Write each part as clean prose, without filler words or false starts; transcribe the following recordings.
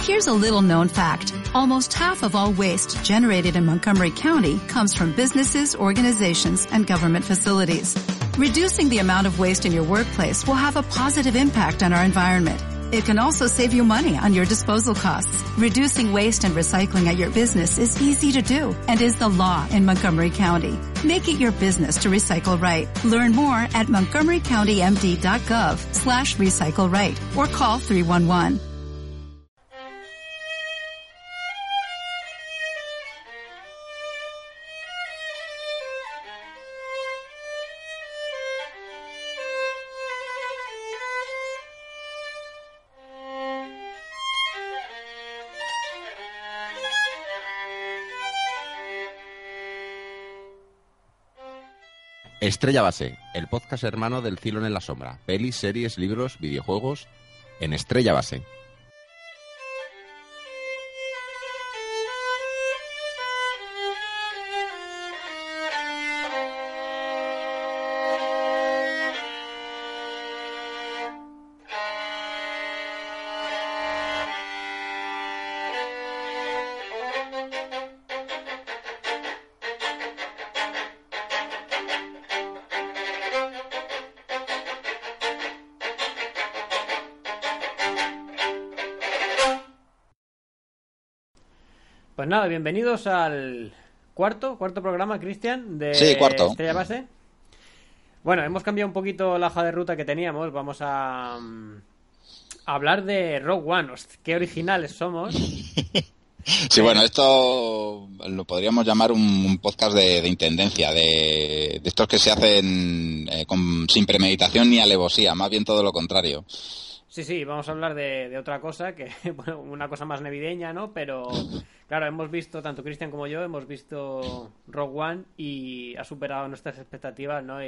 Here's a little known fact. Almost half of all waste generated in Montgomery County comes from businesses, organizations, and government facilities. Reducing the amount of waste in your workplace will have a positive impact on our environment. It can also save you money on your disposal costs. Reducing waste and recycling at your business is easy to do and is the law in Montgomery County. Make it your business to recycle right. Learn more at montgomerycountymd.gov/recycle right or call 311. Estrella Base, el podcast hermano del Cylon en la Sombra. Pelis, series, libros, videojuegos en Estrella Base. Pues nada, bienvenidos al cuarto programa, Cristian, de cuarto. Estrella Base. Bueno, hemos cambiado un poquito la hoja de ruta que teníamos. Vamos a hablar de Rogue One. Hostia, qué originales somos. Sí, bueno, esto lo podríamos llamar un podcast de intendencia, de estos que se hacen sin premeditación ni alevosía, más bien todo lo contrario. Sí, vamos a hablar de otra cosa, que bueno, una cosa más navideña, ¿no? Pero claro, hemos visto, tanto Cristian como yo, hemos visto Rogue One y ha superado nuestras expectativas, ¿no?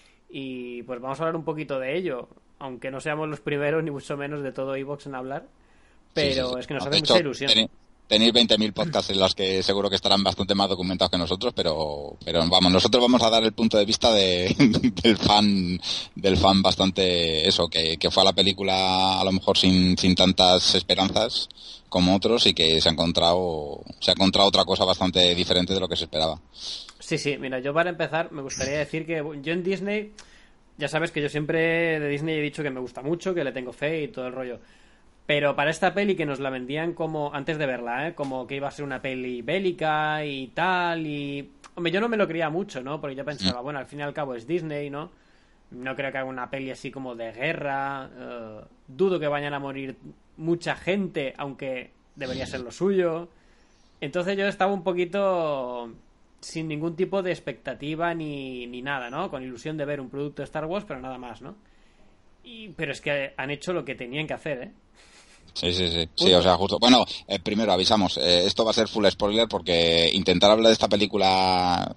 Y pues vamos a hablar un poquito de ello, aunque no seamos los primeros, ni mucho menos de todo iVoox en hablar, pero sí. Es que nos hace mucha ilusión. Tenéis 20.000 podcasts en los que seguro que estarán bastante más documentados que nosotros, pero vamos, nosotros vamos a dar el punto de vista del fan bastante eso, que fue a la película a lo mejor sin tantas esperanzas como otros y que se ha encontrado otra cosa bastante diferente de lo que se esperaba. Sí, mira, yo para empezar me gustaría decir que yo en Disney, ya sabes que yo siempre de Disney he dicho que me gusta mucho, que le tengo fe y todo el rollo. Pero para esta peli que nos la vendían como, antes de verla, como que iba a ser una peli bélica y tal, y... Hombre, yo no me lo creía mucho, ¿no? Porque yo pensaba, bueno, al fin y al cabo es Disney, ¿no? No creo que haga una peli así como de guerra. Dudo que vayan a morir mucha gente, aunque debería ser lo suyo. Entonces yo estaba un poquito sin ningún tipo de expectativa ni nada, ¿no? Con ilusión de ver un producto de Star Wars, pero nada más, ¿no? Pero es que han hecho lo que tenían que hacer, ¿eh? Sí, o sea, justo. Bueno, primero avisamos, esto va a ser full spoiler porque intentar hablar de esta película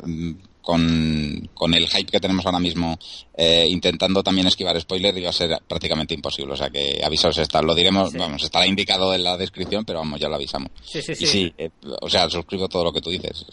con el hype que tenemos ahora mismo, intentando también esquivar spoiler, iba a ser prácticamente imposible. O sea que avisaos, lo diremos, sí. Vamos, estará indicado en la descripción, pero vamos, ya lo avisamos. Sí, o sea, suscribo todo lo que tú dices.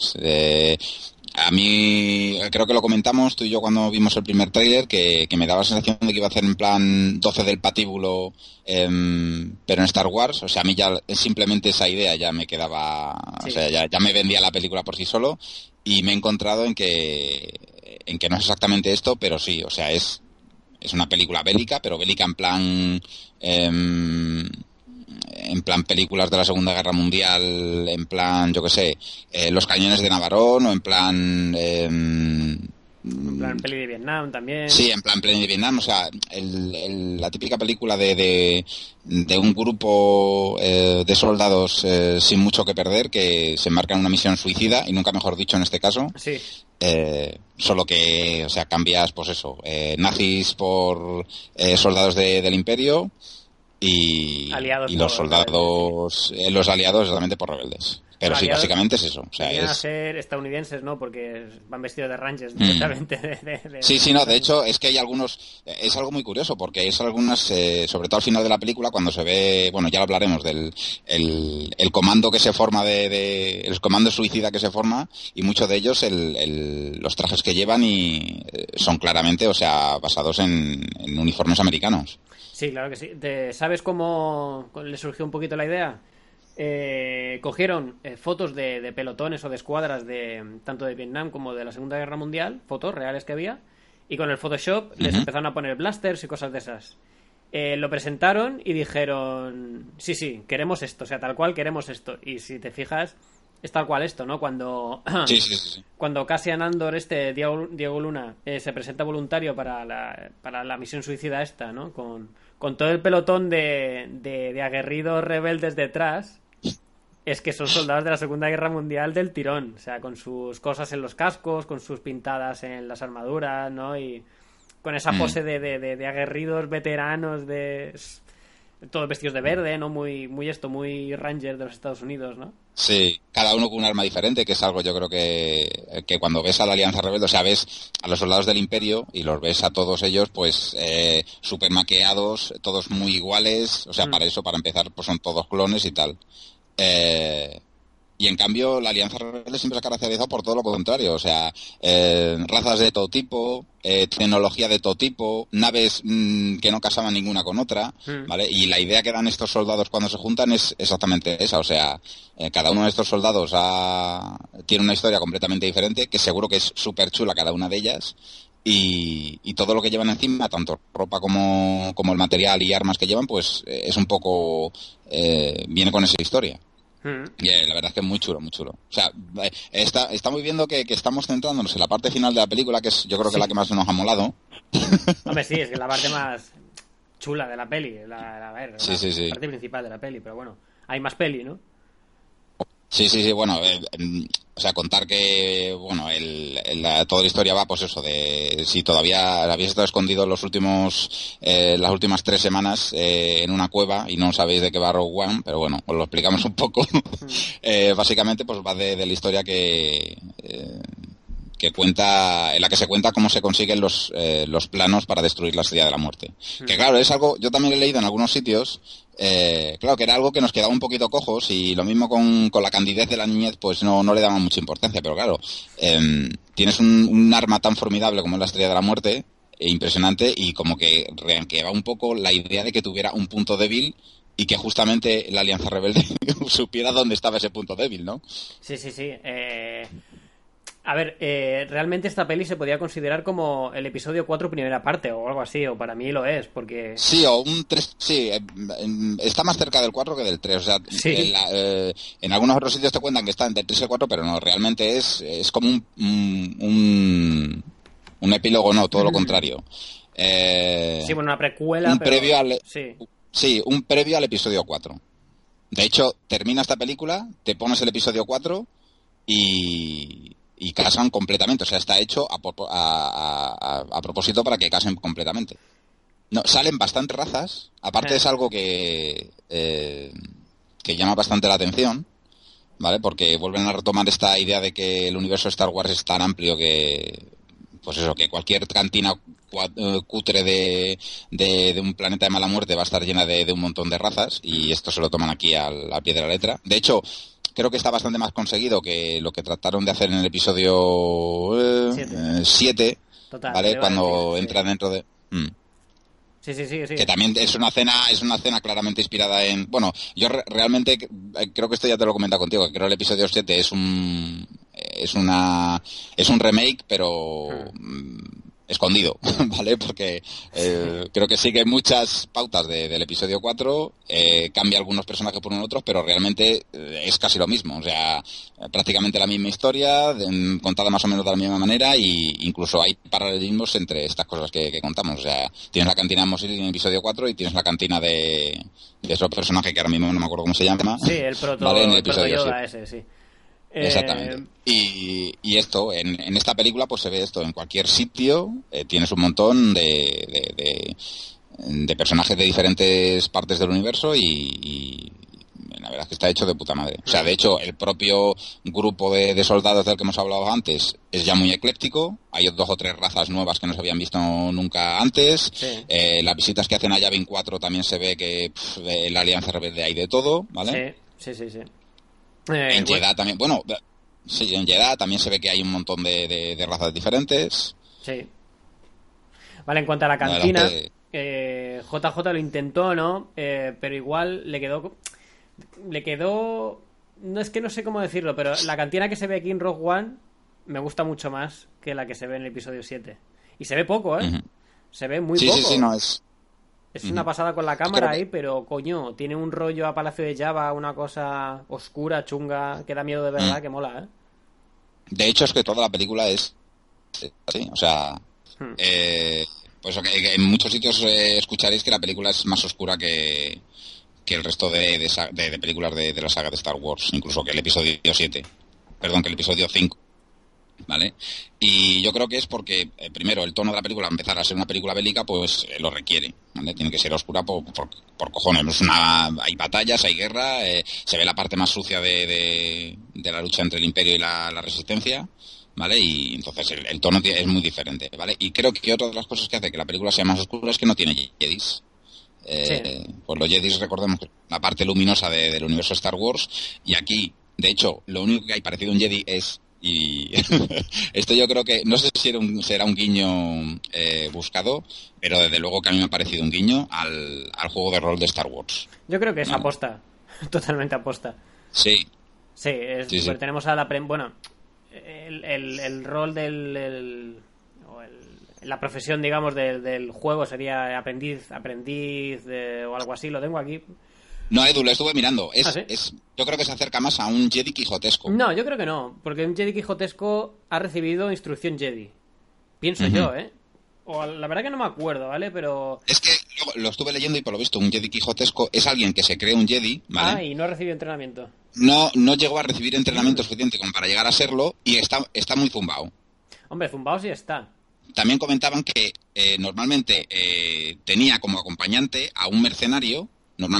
A mí, creo que lo comentamos tú y yo cuando vimos el primer tráiler, que me daba la sensación de que iba a hacer en plan 12 del patíbulo, pero en Star Wars. O sea, a mí ya simplemente esa idea ya me quedaba, sí. O sea, ya me vendía la película por sí solo, y me he encontrado en que no es exactamente esto, pero sí, o sea, es una película bélica, pero bélica en plan películas de la Segunda Guerra Mundial, en plan, yo qué sé, Los cañones de Navarone, o en plan... en plan peli de Vietnam también. Sí, en plan peli de Vietnam, o sea, la típica película de un grupo de soldados sin mucho que perder, que se embarcan en una misión suicida, y nunca mejor dicho en este caso. Sí. Solo que, o sea, cambias, pues eso, nazis por soldados del Imperio, y los soldados, los aliados exactamente por rebeldes. Pero sí, básicamente es eso. O sea, a ser estadounidenses, ¿no? Porque van vestidos de Rangers directamente. Sí, no, de hecho es que hay algunos... Es algo muy curioso porque es algunas, sobre todo al final de la película, cuando se ve... Bueno, ya lo hablaremos del el comando que se forma, el comando suicida que se forma, y muchos de ellos los trajes que llevan y son claramente, o sea, basados en uniformes americanos. Sí, claro que sí. ¿Sabes cómo le surgió un poquito la idea? cogieron fotos de pelotones o de escuadras tanto de Vietnam como de la Segunda Guerra Mundial, fotos reales que había, y con el Photoshop les empezaron a poner blasters y cosas de esas. Lo presentaron y dijeron, sí, queremos esto, o sea, tal cual queremos esto. Y si te fijas, es tal cual esto, ¿no? Cuando cuando Cassian Andor, Diego Luna, se presenta voluntario para la misión suicida esta, ¿no? Con todo el pelotón de aguerridos rebeldes detrás, es que son soldados de la Segunda Guerra Mundial del tirón, o sea, con sus cosas en los cascos, con sus pintadas en las armaduras, ¿no? Y con esa pose de aguerridos veteranos, todos vestidos de verde, ¿no? Muy Ranger de los Estados Unidos, ¿no? Sí, cada uno con un arma diferente, que es algo yo creo que cuando ves a la Alianza Rebelde, o sea, ves a los soldados del Imperio y los ves a todos ellos, pues, súper maqueados, todos muy iguales, o sea, para empezar, pues son todos clones y tal. Y en cambio la Alianza Rebelde siempre se ha caracterizado por todo lo contrario, o sea, razas de todo tipo, tecnología de todo tipo, naves que no casaban ninguna con otra, ¿vale? Y la idea que dan estos soldados cuando se juntan es exactamente esa, o sea, cada uno de estos soldados tiene una historia completamente diferente, que seguro que es súper chula cada una de ellas, y todo lo que llevan encima, tanto ropa como el material y armas que llevan, pues es un poco, viene con esa historia. Y la verdad es que es muy chulo, muy chulo. O sea, estamos viendo que estamos centrándonos en la parte final de la película, que es yo creo que la que más nos ha molado. Hombre, sí, es que es la parte más chula de la peli, la parte principal de la peli, pero bueno, hay más peli, ¿no? Sí, bueno, o sea, contar que, bueno, toda la historia va, pues eso, de si todavía habéis estado escondido las últimas 3 semanas en una cueva y no sabéis de qué va Rogue One, pero bueno, os lo explicamos un poco. Básicamente, pues va de la historia que cuenta, en la que se cuenta cómo se consiguen los planos para destruir la Estrella de la Muerte. Que claro, es algo, yo también he leído en algunos sitios, claro, que era algo que nos quedaba un poquito cojos, y lo mismo con la candidez de la niñez, pues no le daban mucha importancia, pero claro, tienes un arma tan formidable como es la Estrella de la Muerte, impresionante, y como que va un poco la idea de que tuviera un punto débil, y que justamente la Alianza Rebelde supiera dónde estaba ese punto débil, ¿no? Sí. A ver, realmente esta peli se podía considerar como el episodio 4 primera parte o algo así, o para mí lo es, porque... Sí, o un 3, sí, está más cerca del 4 que del 3, o sea, sí. En algunos otros sitios te cuentan que está entre el 3 y el 4, pero no, realmente es como un epílogo, no, todo lo contrario. Sí, bueno, una precuela, un pero... previo un previo al episodio 4. De hecho, termina esta película, te pones el episodio 4 y casan completamente, o sea, está hecho a propósito para que casen completamente. No, salen bastantes razas, aparte es algo que llama bastante la atención, ¿vale? Porque vuelven a retomar esta idea de que el universo de Star Wars es tan amplio que, pues eso, que cualquier cantina cutre de un planeta de mala muerte va a estar llena de un montón de razas, y esto se lo toman aquí al pie de la letra. De hecho, creo que está bastante más conseguido que lo que trataron de hacer en el episodio 7, ¿vale? Cuando entra dentro de... Sí. Que también es una escena claramente inspirada en... Bueno, yo realmente creo que esto ya te lo he comentado contigo, que creo que el episodio 7 es un remake, pero... escondido, ¿vale? Porque creo que sigue muchas pautas del episodio 4, cambia algunos personajes por unos otros, pero realmente es casi lo mismo, o sea, prácticamente la misma historia, contada más o menos de la misma manera, y incluso hay paralelismos entre estas cosas que contamos, o sea, tienes la cantina de Mos Eisley en el episodio 4 y tienes la cantina de otro personaje que ahora mismo no me acuerdo cómo se llama. Sí, el proto, ¿vale? En el proto episodio Yoda ese, sí. Exactamente. Y esto, en esta película, pues se ve esto en cualquier sitio. Tienes un montón de personajes de diferentes partes del universo, y la verdad es que está hecho de puta madre. O sea, de hecho, el propio grupo de soldados del que hemos hablado antes es ya muy ecléctico. Hay 2 o 3 razas nuevas que no se habían visto nunca antes. Sí. Las visitas que hacen a Yavin 4 también se ve que en la Alianza Rebelde hay de todo, ¿vale? Sí. En Jeddah también, bueno, sí, en Jeddah también se ve que hay un montón de razas diferentes. Sí. Vale, en cuanto a la cantina, JJ lo intentó, ¿no? Pero igual le quedó... le quedó... No es que no sé cómo decirlo, pero la cantina que se ve aquí en Rogue One me gusta mucho más que la que se ve en el episodio 7. Y se ve poco, ¿eh? Uh-huh. Se ve muy sí, poco. Sí, sí, no es... Es una pasada con la cámara ahí, pero coño, tiene un rollo a Palacio de Jabba, una cosa oscura, chunga, que da miedo de verdad, que mola, ¿eh? De hecho, es que toda la película es así, o sea... pues que en muchos sitios escucharéis que la película es más oscura que el resto de películas de la saga de Star Wars, incluso que el episodio 7. Perdón, que el episodio 5. ¿Vale? Y yo creo que es porque, primero, el tono de la película, al empezar a ser una película bélica, pues lo requiere, ¿vale? Tiene que ser oscura por cojones. Hay batallas, hay guerra, se ve la parte más sucia de la lucha entre el Imperio y la Resistencia, ¿vale? Y entonces el tono es muy diferente, ¿vale? Y creo que otra de las cosas que hace que la película sea más oscura es que no tiene jedis. Pues los jedis, recordemos que la parte luminosa del universo Star Wars, y aquí, de hecho, lo único que hay parecido a un jedi es... Y esto yo creo que, no sé si será un guiño buscado, pero desde luego que a mí me ha parecido un guiño al juego de rol de Star Wars. Yo creo que es aposta, totalmente aposta. Sí. Sí, Sí. tenemos a la... Bueno, el rol la profesión, digamos, del juego sería aprendiz o algo así, lo tengo aquí. No, Edu, lo estuve mirando. ¿Sí? Yo creo que se acerca más a un Jedi quijotesco. No, yo creo que no, porque un Jedi quijotesco ha recibido instrucción Jedi. Pienso yo, ¿eh? O la verdad que no me acuerdo, ¿vale? Pero... Es que lo estuve leyendo y por lo visto un Jedi quijotesco es alguien que se cree un Jedi, ¿vale? Y no ha recibido entrenamiento. No llegó a recibir entrenamiento suficiente como para llegar a serlo y está muy zumbao. Hombre, zumbao sí está. También comentaban que normalmente tenía como acompañante a un mercenario,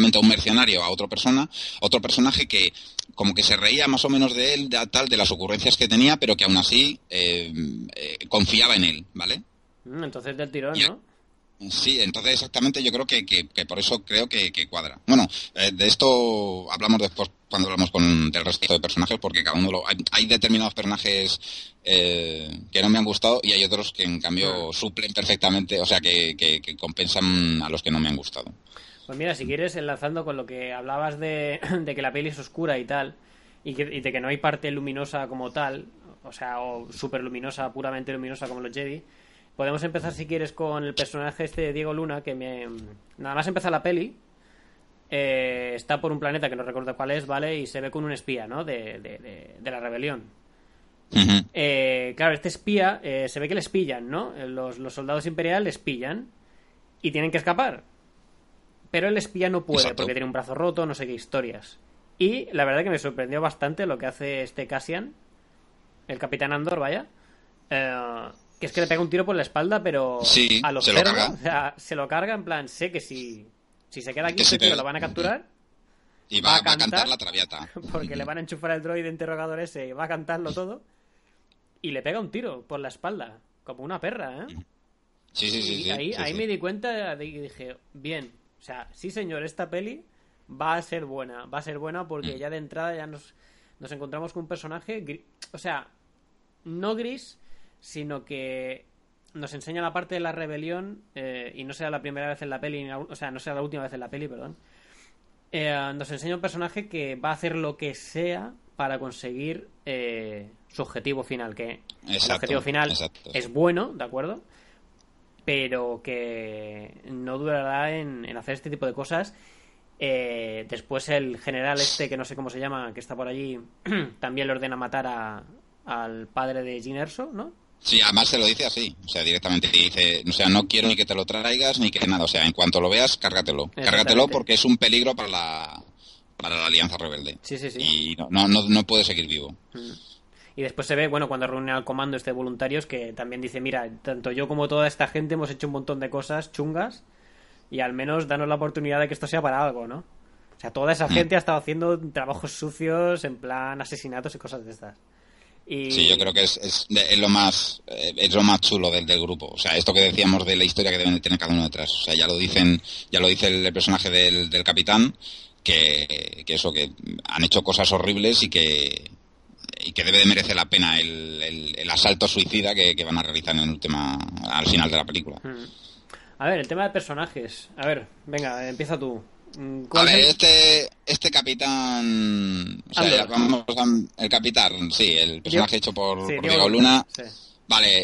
a otro personaje que como que se reía más o menos de él, de las ocurrencias que tenía, pero que aún así confiaba en él, ¿vale? Entonces del tirón, ¿no? Sí, entonces exactamente yo creo que por eso creo que cuadra. Bueno, de esto hablamos después cuando hablamos del resto de personajes, porque cada uno hay determinados personajes que no me han gustado y hay otros que en cambio suplen perfectamente, o sea que compensan a los que no me han gustado. Pues mira, si quieres, enlazando con lo que hablabas de que la peli es oscura y tal, y de que no hay parte luminosa como tal, o sea, o súper luminosa, puramente luminosa como los Jedi, podemos empezar, si quieres, con el personaje este de Diego Luna, que nada más empezar la peli, está por un planeta que no recuerdo cuál es, ¿vale? Y se ve con un espía, ¿no? De la rebelión. Uh-huh. Claro, este espía, se ve que les pillan, ¿no? Los soldados imperiales les pillan y tienen que escapar. Pero el espía no puede. Exacto. Porque tiene un brazo roto, no sé qué historias. Y la verdad que me sorprendió bastante lo que hace este Cassian, el capitán Andor, vaya, que es que le pega un tiro por la espalda, pero sí, a los cerdos, o sea, se lo carga en plan, sé que si se queda aquí, tío, lo van a capturar y va a cantar la traviata, porque le van a enchufar el droide interrogador ese y va a cantarlo todo, y le pega un tiro por la espalda como una perra, ¿eh? Sí. Ahí me di cuenta y dije, bien, o sea, sí señor, esta peli va a ser buena porque ya de entrada ya nos encontramos con un personaje o sea, no gris, sino que nos enseña la parte de la rebelión, y no será la primera vez en la peli, o sea, no será la última vez en la peli, perdón. Nos enseña un personaje que va a hacer lo que sea para conseguir su objetivo final, que el objetivo final es bueno, ¿de acuerdo? Pero que no durará en hacer este tipo de cosas. Después el general este, que no sé cómo se llama, que está por allí, también le ordena matar al padre de Jyn Erso, ¿no? Sí, además se lo dice así, o sea, directamente dice, o sea, no quiero ni que te lo traigas ni que nada, o sea, en cuanto lo veas, cárgatelo porque es un peligro para la Alianza Rebelde. Sí. Y no puede seguir vivo. Y después se ve, bueno, cuando reúne al comando este de voluntarios, que también dice, mira, tanto yo como toda esta gente hemos hecho un montón de cosas chungas y al menos danos la oportunidad de que esto sea para algo, ¿no? O sea, toda esa gente ha estado haciendo trabajos sucios, en plan asesinatos y cosas de estas. Sí, yo creo que es lo más chulo del grupo. O sea, esto que decíamos de la historia que deben de tener cada uno detrás. O sea, ya lo dice el personaje del capitán, que eso, que han hecho cosas horribles y que debe de merecer la pena el asalto suicida que van a realizar al final de la película. A ver, el tema de personajes. A ver, venga, empieza tú. A ver, este capitán... O sea, vamos a, el capitán, sí, el personaje hecho por Diego Luna. Sí. Vale.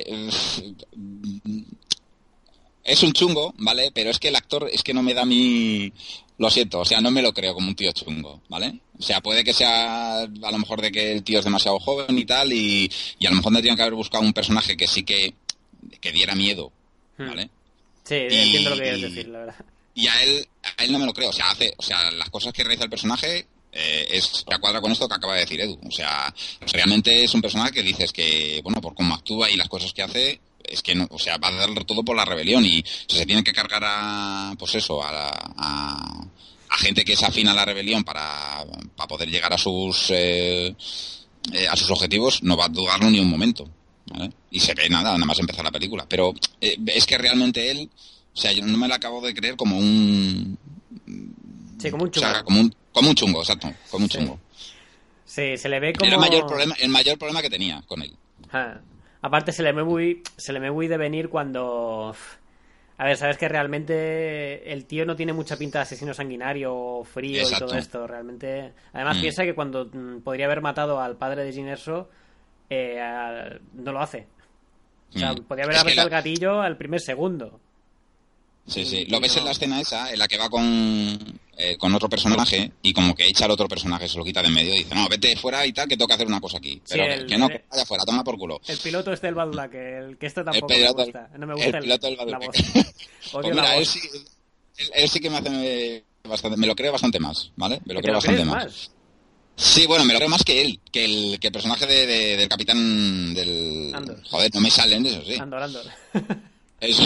Es un chungo, ¿vale? Pero es que el actor es que no me da mi... Lo siento, o sea, no me lo creo como un tío chungo, ¿vale? O sea, puede que sea a lo mejor de que el tío es demasiado joven y tal, y a lo mejor tendrían que haber buscado un personaje que sí que diera miedo, ¿vale? Sí, entiendo lo que quieres decir, la verdad. Y a él no me lo creo, o sea, las cosas que realiza el personaje se cuadra con esto que acaba de decir Edu. O sea, realmente es un personaje que dices que, bueno, por cómo actúa y las cosas que hace, es que no, o sea, va a dar todo por la rebelión y se tiene que cargar a, pues eso, a gente que se afina a la rebelión para poder llegar a sus objetivos, no va a dudarlo ni un momento, ¿vale? Y se ve nada más empezar la película, pero es que realmente él, o sea, yo no me lo acabo de creer como un... Sí, como un chungo. O sea, como un chungo, exacto, como un chungo. Sí, se le ve como... Era el mayor problema que tenía con él. Aparte se le ve muy de venir cuando... A ver, sabes que realmente el tío no tiene mucha pinta de asesino sanguinario, frío. Exacto. Y todo esto. Realmente... Además piensa que cuando podría haber matado al padre de Jyn Erso, no lo hace. O sea, podría haber apretado el gatillo al primer segundo. Sí. Lo ves en la escena esa, en la que va con otro personaje y como que echa al otro personaje, se lo quita de en medio y dice, no, vete fuera y tal, que tengo que hacer una cosa aquí. Pero sí, que vaya fuera, toma por culo. El piloto del Badula, que esto tampoco me gusta. No me gusta el piloto del Badula. La voz. Pues mira, él sí que me hace bastante, me lo creo bastante más, ¿vale? Me lo creo bastante más. Sí, bueno, me lo creo más que él, que el personaje del capitán del... Andor. Joder, no me salen eso, sí. Andor. Eso.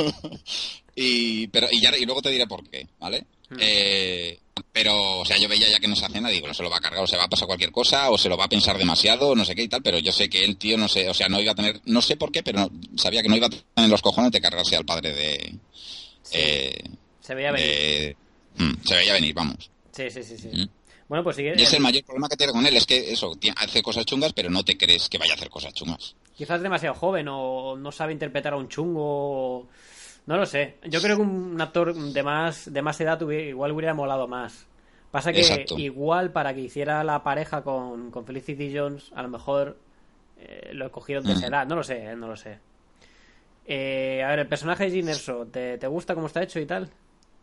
Y luego te diré por qué, ¿vale? Pero, o sea, yo veía ya que no se hace nada, digo, no se lo va a cargar, o se va a pasar cualquier cosa, o se lo va a pensar demasiado, no sé qué y tal, pero yo sé que el tío, no sé, o sea, no iba a tener, no sé por qué, pero sabía que no iba a tener los cojones de cargarse al padre de... se veía venir. Se veía venir, vamos. Sí. Bueno, pues sigue. Y es el mayor problema que tiene con él, es que eso, hace cosas chungas, pero no te crees que vaya a hacer cosas chungas. Quizás es demasiado joven o no sabe interpretar a un chungo. No lo sé. Yo creo que un actor de más edad igual hubiera molado más. Pasa que Exacto. Igual para que hiciera la pareja con Felicity Jones, a lo mejor lo cogieron de esa edad. No lo sé. A ver, el personaje de Jyn Erso, ¿te gusta cómo está hecho y tal?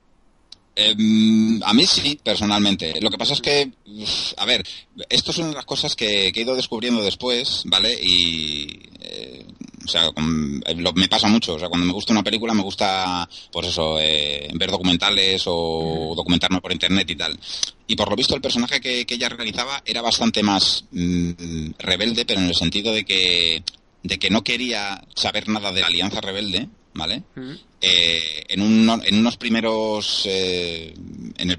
A mí sí, personalmente. Lo que pasa es que, a ver, esto son las cosas que he ido descubriendo después, ¿vale? Y, o sea, me pasa mucho. O sea, cuando me gusta una película me gusta, pues eso, ver documentales o documentarme por internet y tal. Y por lo visto el personaje que ella realizaba era bastante más rebelde, pero en el sentido de que no quería saber nada de la Alianza Rebelde, ¿vale? En unos primeros en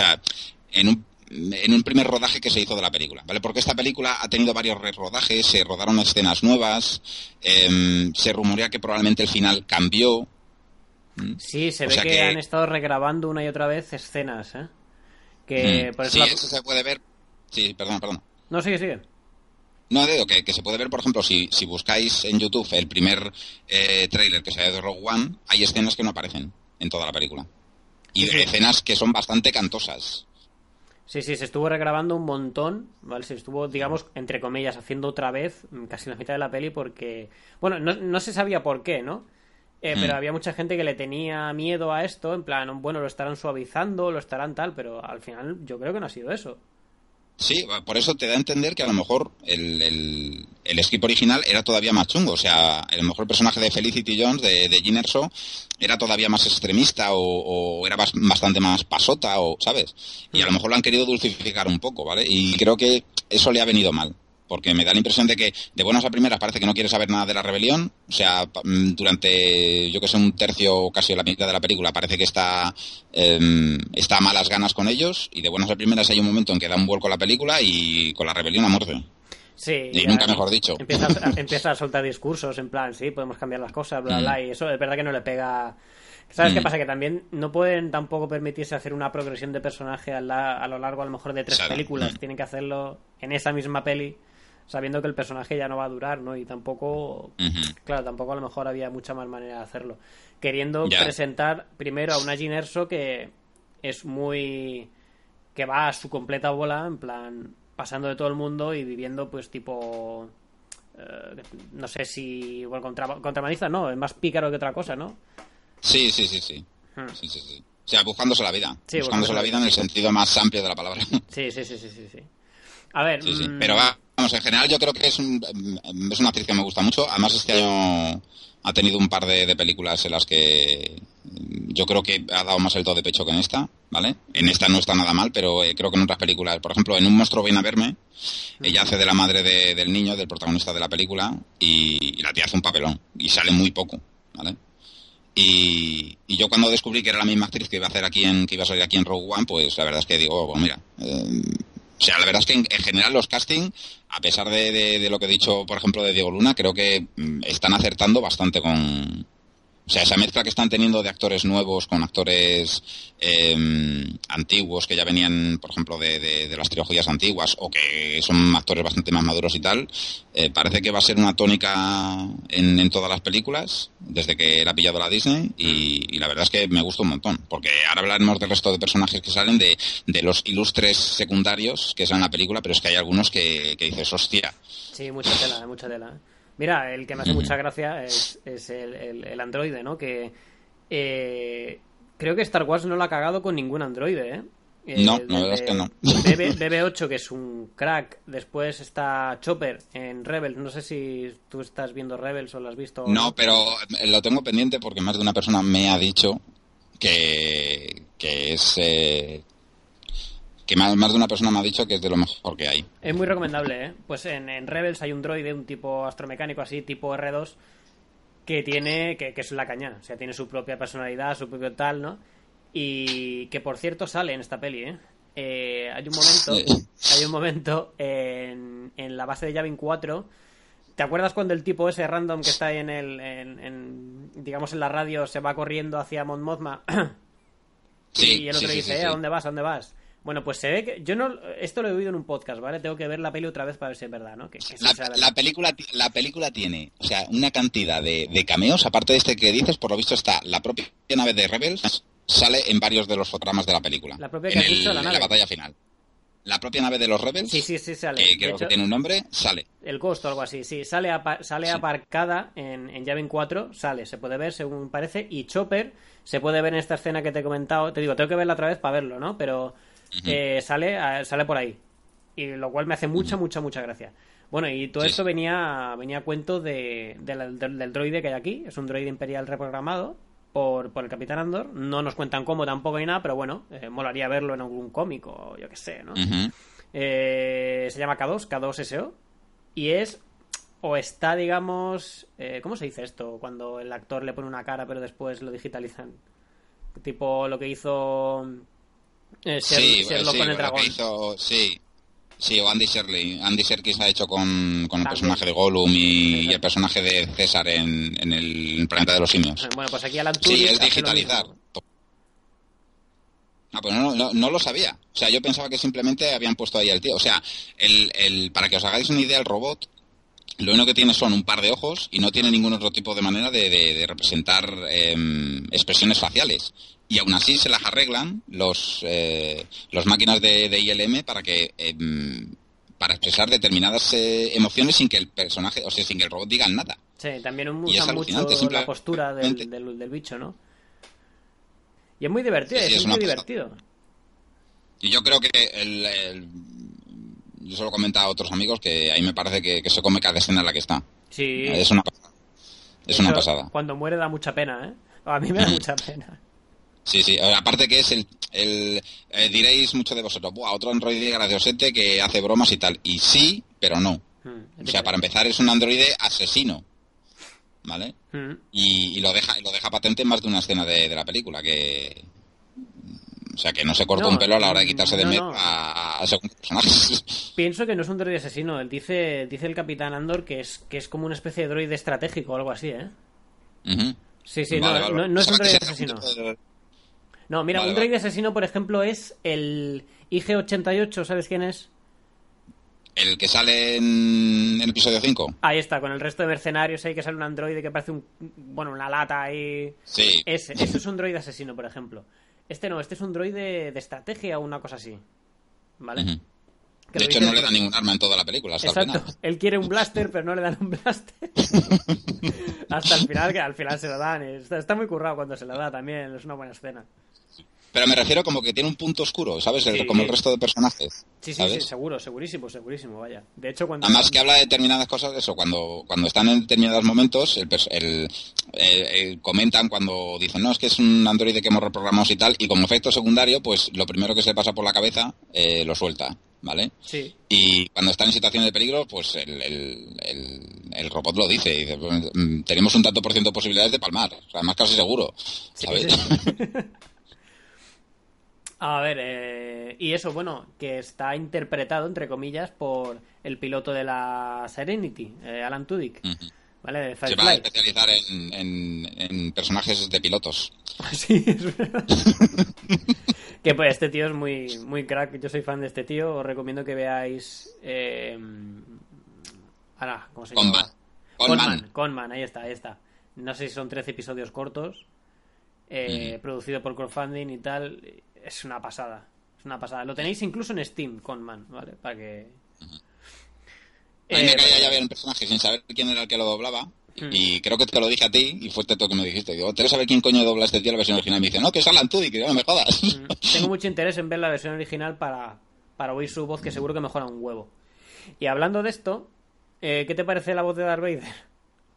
un primer rodaje que se hizo de la película, ¿vale? Porque esta película ha tenido varios rodajes, se rodaron escenas nuevas, se rumorea que probablemente el final cambió. Sí, se ve que han estado regrabando una y otra vez escenas, que por eso eso se puede ver. Sí, perdona. No, sigue. No, digo que se puede ver, por ejemplo, si buscáis en YouTube el primer tráiler que salió de Rogue One, hay escenas que no aparecen en toda la película. Y escenas que son bastante cantosas. Sí, se estuvo regrabando un montón, ¿vale? Se estuvo, digamos, entre comillas, haciendo otra vez casi la mitad de la peli porque... Bueno, no se sabía por qué, ¿no? Pero había mucha gente que le tenía miedo a esto, en plan, bueno, lo estarán suavizando, lo estarán tal, pero al final yo creo que no ha sido eso. Sí, por eso te da a entender que a lo mejor el script original era todavía más chungo. O sea, a lo mejor el personaje de Felicity Jones, de Jyn Erso, era todavía más extremista o era bastante más pasota, o ¿sabes? Y a lo mejor lo han querido dulcificar un poco, ¿vale? Y creo que eso le ha venido mal. Porque me da la impresión de que de buenas a primeras parece que no quiere saber nada de la rebelión. O sea, durante, yo que sé, un tercio o casi la mitad de la película parece que está a malas ganas con ellos. Y de buenas a primeras hay un momento en que da un vuelco a la película y con la rebelión a muerte. Sí. Y nunca mejor dicho. Empieza a soltar discursos en plan, sí, podemos cambiar las cosas, bla, bla. Y eso es verdad que no le pega... ¿Sabes qué pasa? Que también no pueden tampoco permitirse hacer una progresión de personaje a lo largo a lo mejor de 3 películas. Tienen que hacerlo en esa misma peli, sabiendo que el personaje ya no va a durar, ¿no? Y tampoco, claro, tampoco a lo mejor había mucha más manera de hacerlo. Queriendo presentar primero a una Jyn Erso que es muy... que va a su completa bola, en plan, pasando de todo el mundo y viviendo, pues, tipo... no sé si... Bueno, contrabandista no, es más pícaro que otra cosa, ¿no? Sí. Sí. Sí. O sea, buscándose la vida. Sí, buscándose la vida en el sentido más amplio de la palabra. Sí. A ver... Sí. Pero vamos, en general yo creo que es una actriz que me gusta mucho. Además, este año ha tenido un par de películas en las que yo creo que ha dado más el do de pecho que en esta, ¿vale? En esta no está nada mal, pero creo que en otras películas, por ejemplo, en Un monstruo viene a verme, ella hace de la madre del niño, del protagonista de la película, y la tía hace un papelón, y sale muy poco, ¿vale? Y yo cuando descubrí que era la misma actriz que iba a salir aquí en Rogue One, pues la verdad es que digo, bueno, mira... o sea, la verdad es que en general los castings, a pesar de lo que he dicho, por ejemplo, de Diego Luna, creo que están acertando bastante con... O sea, esa mezcla que están teniendo de actores nuevos con actores antiguos que ya venían, por ejemplo, de las trilogías antiguas o que son actores bastante más maduros y tal, parece que va a ser una tónica en todas las películas desde que la ha pillado la Disney y la verdad es que me gusta un montón, porque ahora hablaremos del resto de personajes que salen, de los ilustres secundarios que salen en la película, pero es que hay algunos que dices, hostia. Sí, mucha tela. Mira, el que me hace mucha gracia es el androide, ¿no? Que creo que Star Wars no lo ha cagado con ningún androide, ¿eh? No, la verdad es que no. BB-8, que es un crack. Después está Chopper en Rebels. No sé si tú estás viendo Rebels o lo has visto. No, pero lo tengo pendiente porque más de una persona me ha dicho que es... que más de una persona me ha dicho que es de lo mejor que hay. Es muy recomendable, ¿eh? Pues en Rebels hay un droide, un tipo astromecánico así, tipo R2, que tiene... que es la caña. O sea, tiene su propia personalidad, su propio tal, ¿no? Y que, por cierto, sale en esta peli, ¿eh? Hay un momento en la base de Yavin 4... ¿Te acuerdas cuando el tipo ese random que está ahí digamos, en la radio se va corriendo hacia Mon Mothma? Sí, y el otro le dice, sí. ¿a dónde vas? ¿A dónde vas? Bueno, pues se ve que... Yo no... Esto lo he oído en un podcast, ¿vale? Tengo que ver la peli otra vez para ver si es verdad, ¿no? La película tiene, o sea, una cantidad de cameos, aparte de este que dices, por lo visto está la propia nave de Rebels, sale en varios de los fotogramas de la película. La propia que has dicho, la nave. En la batalla final. La propia nave de los Rebels, sí, sale. Que creo que tiene un nombre, sale. El Ghost o algo así, sí. Sale aparcada en Yavin 4, se puede ver según parece, y Chopper se puede ver en esta escena que te he comentado. Te digo, tengo que verla otra vez para verlo, ¿no? Pero sale por ahí. Y lo cual me hace mucha gracia. Bueno, y todo esto venía a cuento del droide que hay aquí. Es un droide imperial reprogramado por el Capitán Andor. No nos cuentan cómo tampoco ni nada, pero bueno, molaría verlo en algún cómic o yo qué sé, ¿no? Se llama K2SO, y está, digamos, ¿cómo se dice esto? Cuando el actor le pone una cara pero después lo digitalizan. Tipo lo que hizo Sherlock con el dragón. Sí, o Andy Serkis ha hecho con el personaje de Gollum y el personaje de César en el Planeta de los Simios. Bueno, pues aquí Alan Tudyk es digitalizar. Pues no lo sabía. O sea, yo pensaba que simplemente habían puesto ahí al tío. O sea, para que os hagáis una idea, el robot lo único que tiene son un par de ojos y no tiene ningún otro tipo de manera de representar expresiones faciales. Y aún así se las arreglan los máquinas de ILM para que para expresar determinadas emociones sin que el personaje, o sea, sin que el robot diga nada. Sí, también usan mucho la postura del bicho, ¿no? Y es muy divertido, es muy divertido. Y yo creo que yo se lo he comentado a otros amigos que ahí me parece que se come cada escena en la que está. Sí. Es una pasada. Una pasada. Cuando muere da mucha pena, ¿eh? A mí me da mucha pena. Sí. Aparte que es diréis mucho de vosotros, ¡buah! Otro androide graciosete que hace bromas y tal. Y sí, pero no. O sea, para empezar es un androide asesino. ¿Vale? Y lo deja patente en más de una escena de la película, que... O sea, que no se corta un pelo a la hora de quitarse de medio a según personajes. Pienso que no es un droide asesino. Él dice el Capitán Andor que es como una especie de droide estratégico o algo así, ¿eh? Sí, vale. No es un droide asesino. No, mira, un droide asesino, por ejemplo, es el IG-88, ¿sabes quién es? El que sale en el episodio 5. Ahí está, con el resto de mercenarios ahí, que sale un androide que parece una lata ahí. Sí. Eso es un droide asesino, por ejemplo. Este no, este es un droide de estrategia o una cosa así. ¿Vale? Ujú. Que De lo hecho, dice no le dan ningún arma en toda la película, hasta el Exacto. final. Él quiere un blaster, pero no le dan un blaster. Hasta el final, que al final se lo dan. Está muy currado cuando se lo da también. Es una buena escena. Pero me refiero como que tiene un punto oscuro, ¿sabes? Sí. Como el resto de personajes. Sí, ¿sabes? seguro, segurísimo, vaya. De hecho, cuando... Además que habla de determinadas cosas, eso, cuando están en determinados momentos, comentan cuando dicen, no, es que es un androide que hemos reprogramado y tal, y como efecto secundario, pues lo primero que se le pasa por la cabeza, lo suelta, ¿vale? Sí. Y cuando están en situaciones de peligro, pues el robot lo dice, tenemos un tanto por ciento de posibilidades de palmar, o sea, además casi seguro, ¿sabes? Sí. A ver, y eso, bueno, que está interpretado, entre comillas, por el piloto de la Serenity, Alan Tudyk, ¿vale? De Se va a Firefly. especializar en personajes de pilotos. Sí, es verdad. Que pues este tío es muy, muy crack, yo soy fan de este tío, os recomiendo que veáis... ¿cómo se llama? Conman, ahí está. No sé si son 13 episodios cortos, producido por crowdfunding y tal. Es una pasada. Lo tenéis incluso en Steam, Conman, ¿vale? Para que... A mí me caía ya ver un personaje sin saber quién era el que lo doblaba. Y creo que te lo dije a ti y fue tú que me dijiste. Digo, ¿quieres saber quién coño dobla este tío en la versión original? Y me dice, no, que es Alan Tudyk, que no me jodas. Tengo mucho interés en ver la versión original para oír su voz, que seguro que mejora un huevo. Y hablando de esto, ¿qué te parece la voz de Darth Vader?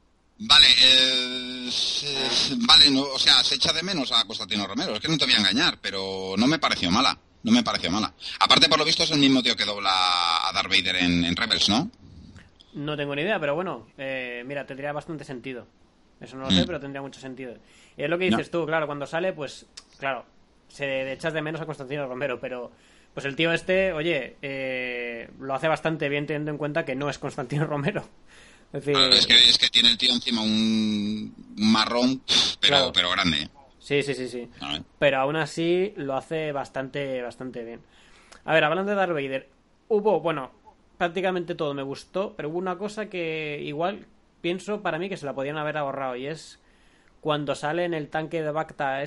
Vale, no, o sea, se echa de menos a Constantino Romero, es que no te voy a engañar, pero no me pareció mala. Aparte, por lo visto, es el mismo tío que dobla a Darth Vader en Rebels, ¿no? No tengo ni idea, pero bueno, mira, tendría bastante sentido. Eso no lo sé, pero tendría mucho sentido. Y es lo que dices tú, claro, cuando sale, pues, claro, se echas de menos a Constantino Romero, pero pues el tío este, oye, lo hace bastante bien teniendo en cuenta que no es Constantino Romero. Es decir, es que tiene el tío encima un marrón, pero grande. Sí. Pero aún así lo hace bastante bien. A ver, hablando de Darth Vader, prácticamente todo me gustó, pero hubo una cosa que igual pienso para mí que se la podían haber ahorrado, y es cuando sale en el tanque de Bacta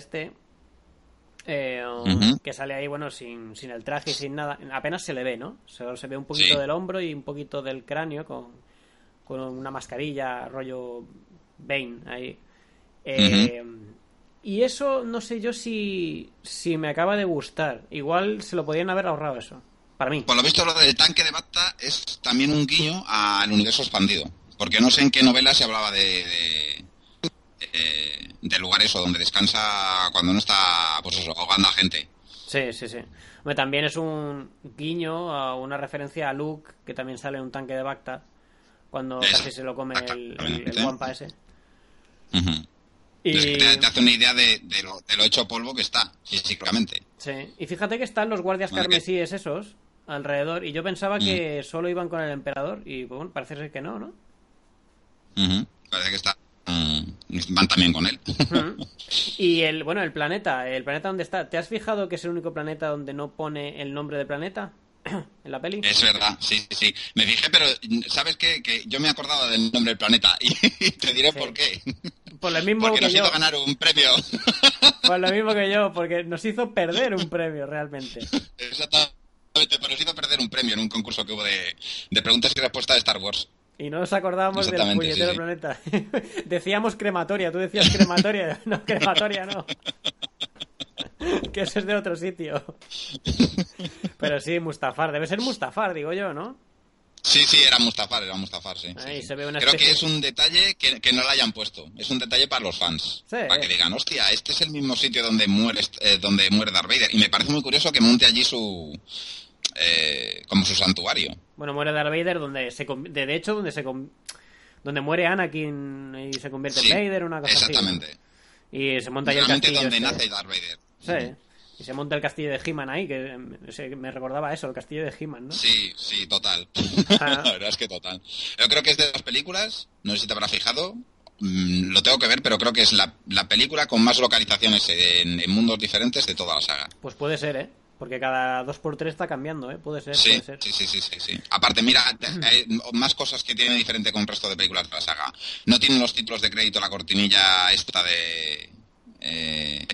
que sale ahí, bueno, sin el traje y sin nada, apenas se le ve, ¿no? Solo se ve un poquito del hombro y un poquito del cráneo con una mascarilla rollo Bane ahí. Y eso no sé yo si me acaba de gustar. Igual se lo podían haber ahorrado eso, para mí. Por lo visto, lo del tanque de Bacta es también un guiño al universo expandido, porque no sé en qué novela se hablaba de lugares o donde descansa cuando no está, pues eso, ahogando a gente. Sí. Hombre, también es un guiño a una referencia a Luke, que también sale en un tanque de Bacta cuando casi se lo come el guampa ese. Y... Te hace una idea de lo hecho polvo que está físicamente. Sí, y fíjate que están los guardias carmesíes esos alrededor, y yo pensaba que solo iban con el emperador, y bueno, parece ser que no. Parece que van también con él. Y el planeta ¿dónde está? ¿Te has fijado que es el único planeta donde no pone el nombre del planeta en la peli? Es verdad, sí. Me fijé, pero ¿sabes qué? Que yo me acordaba del nombre del planeta y te diré por qué. Por lo mismo porque que nos yo. hizo ganar un premio. Por lo mismo que yo, porque nos hizo perder un premio realmente. Exactamente, pero nos hizo perder un premio en un concurso que hubo de preguntas y respuestas de Star Wars. Y no nos acordábamos del puñetero planeta. Decíamos crematoria, tú decías crematoria. No, crematoria no. Que ese es de otro sitio. Pero sí, Mustafar. Debe ser Mustafar, digo yo, ¿no? Sí, era Mustafar, sí. Ahí se ve una Creo especie... que es un detalle que no lo hayan puesto. Es un detalle para los fans. Sí, para que digan, hostia, este es el mismo sitio donde muere Darth Vader. Y me parece muy curioso que monte allí como su santuario. Bueno, muere Darth Vader de hecho donde muere Anakin y se convierte en Vader, una cosa exactamente. Así, ¿no? Y se monta ahí el castillo donde nace Darth Vader. Sí. Y se monta el castillo de He-Man ahí, que me recordaba eso, el castillo de He-Man, ¿no? Sí, total. La verdad es que total. Yo creo que es de las películas, no sé si te habrás fijado, lo tengo que ver, pero creo que es la película con más localizaciones en mundos diferentes de toda la saga. Pues puede ser, porque cada 2x3 está cambiando, Puede ser. Sí. Aparte, mira, hay más cosas que tiene diferente con el resto de películas de la saga. No tienen los títulos de crédito, la cortinilla esta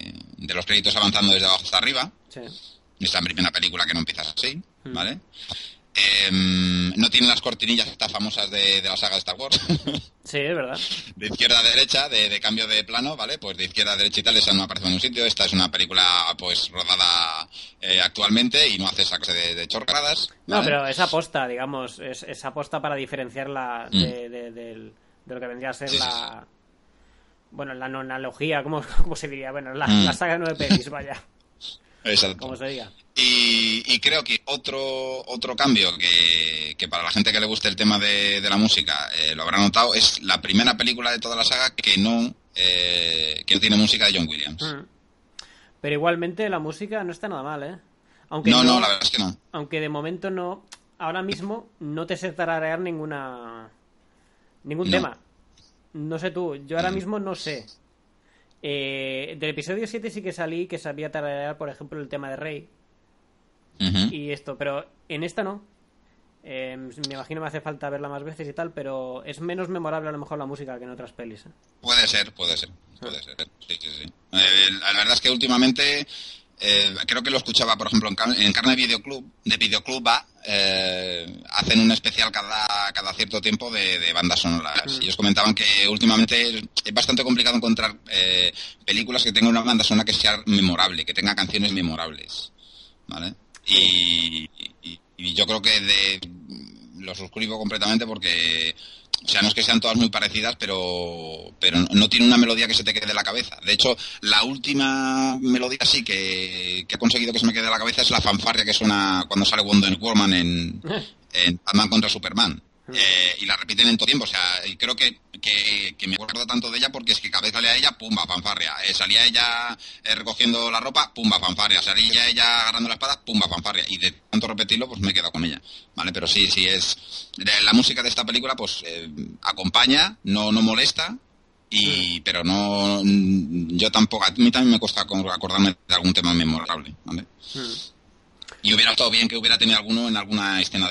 de los créditos avanzando desde abajo hasta arriba. Sí. Es la primera película que no empieza así, ¿vale? No tiene las cortinillas estas famosas de la saga de Star Wars. Sí, es verdad. De izquierda a derecha, de cambio de plano, ¿vale? Pues de izquierda a derecha y tal, esa no aparece en ningún sitio. Esta es una película, pues, rodada actualmente y no hace esa clase de chorradas, ¿vale? No, pero es aposta, digamos, es aposta para diferenciarla de lo que vendría a ser la... Bueno, la analogía, ¿cómo se diría? Bueno, la saga de 9 pelis, vaya. Exacto. Como se diga. Y creo que otro cambio que para la gente que le guste el tema de la música lo habrá notado, es la primera película de toda la saga que no tiene música de John Williams. Pero igualmente la música no está nada mal, ¿eh? Aunque no, la verdad es que no. Aunque de momento no, ahora mismo no te sé tararear ningún tema. No sé tú, yo ahora mismo no sé. Del episodio 7 sí que salí que sabía tararear, por ejemplo, el tema de Rey. Y esto, pero en esta no. Me imagino me hace falta verla más veces y tal, pero es menos memorable a lo mejor la música que en otras pelis, ¿eh? Puede ser. Sí. La verdad es que últimamente creo que lo escuchaba, por ejemplo, en Carne de Videoclub hacen un especial cada cierto tiempo de bandas sonoras. Y ellos comentaban que últimamente es bastante complicado encontrar películas que tengan una banda sonora que sea memorable, que tenga canciones memorables, ¿vale? Y yo creo que lo suscribo completamente porque, o sea, no es que sean todas muy parecidas, pero no tiene una melodía que se te quede en la cabeza. De hecho, la última melodía sí que ha conseguido que se me quede en la cabeza es la fanfarria que suena cuando sale Wonder Woman en Batman contra Superman. Y la repiten en todo tiempo, o sea, y creo que me acuerdo tanto de ella porque es que cada vez salía ella, pumba, fanfarria, salía ella recogiendo la ropa, pumba, fanfarria, salía ella agarrando la espada, pumba, fanfarria, y de tanto repetirlo pues me he quedado con ella, ¿vale? Pero sí es la música de esta película, pues acompaña, no molesta, pero no, yo tampoco, a mí también me cuesta acordarme de algún tema memorable, ¿vale? Y hubiera estado bien que hubiera tenido alguno en alguna escena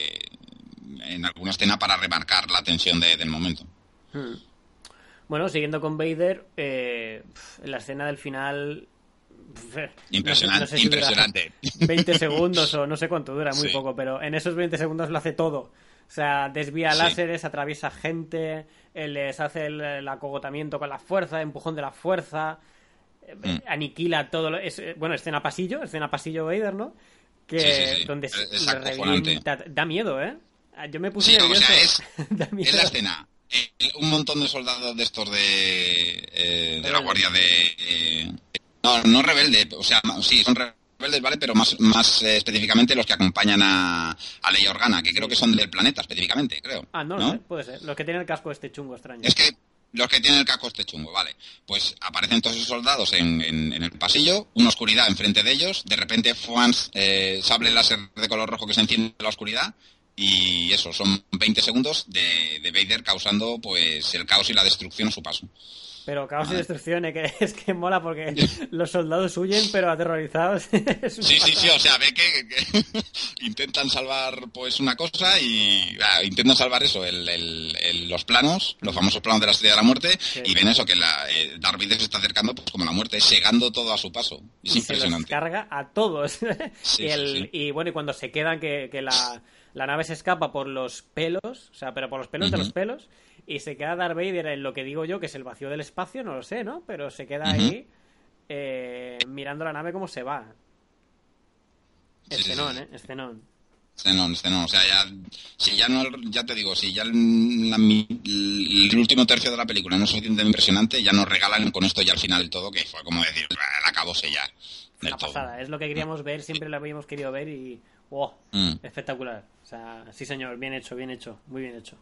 para remarcar la tensión del momento. Bueno, siguiendo con Vader, en la escena del final... Impresionante, no sé si impresionante. 20 segundos o no sé cuánto dura, muy Sí. poco, pero en esos 20 segundos lo hace todo. O sea, desvía láseres, atraviesa gente, les hace el acogotamiento con la fuerza, empujón de la fuerza, aniquila todo. Bueno, escena pasillo Vader, ¿no? Que donde es le acojonante. revienta, da miedo, ¿eh? Yo me puse Sí, nervioso. o sea, Da miedo. es la escena. Un montón de soldados de estos de la guardia de... no rebelde, o sea, sí, son rebeldes, ¿vale? Pero más específicamente los que acompañan a Leia Organa, que creo que son del planeta específicamente, creo. No lo sé, puede ser. Los que tienen el casco este chungo extraño. Es que los que tienen el casco este chungo, vale. Pues aparecen todos esos soldados en el pasillo, una oscuridad enfrente de ellos, de repente sable láser de color rojo que se enciende en la oscuridad, y eso, son 20 segundos de Vader causando pues el caos y la destrucción a su paso. Pero caos y destrucción, es que mola porque los soldados huyen pero aterrorizados. Sí, o sea, ve que intentan salvar pues una cosa y intentan salvar eso, los planos, los famosos planos de la Estrella de la Muerte, sí. Y ven eso, que Darth Vader se está acercando pues como la muerte, segando todo a su paso. Es impresionante. Se los carga a todos. Sí, y bueno, y cuando se quedan que la nave se escapa por los pelos, o sea, pero por los pelos de los pelos, y se queda Darth Vader en lo que digo yo, que es el vacío del espacio, no lo sé, ¿no? Pero se queda ahí mirando la nave como se va. Escenón, ¿eh? Escenón. O sea, ya te digo, si ya el último tercio de la película no es suficientemente impresionante, ya nos regalan con esto ya al final todo, que fue como decir, acabóse ya. Una pasada, es lo que queríamos ver, siempre lo habíamos querido ver y... ¡wow! Espectacular. O sea, sí señor, bien hecho, muy bien hecho.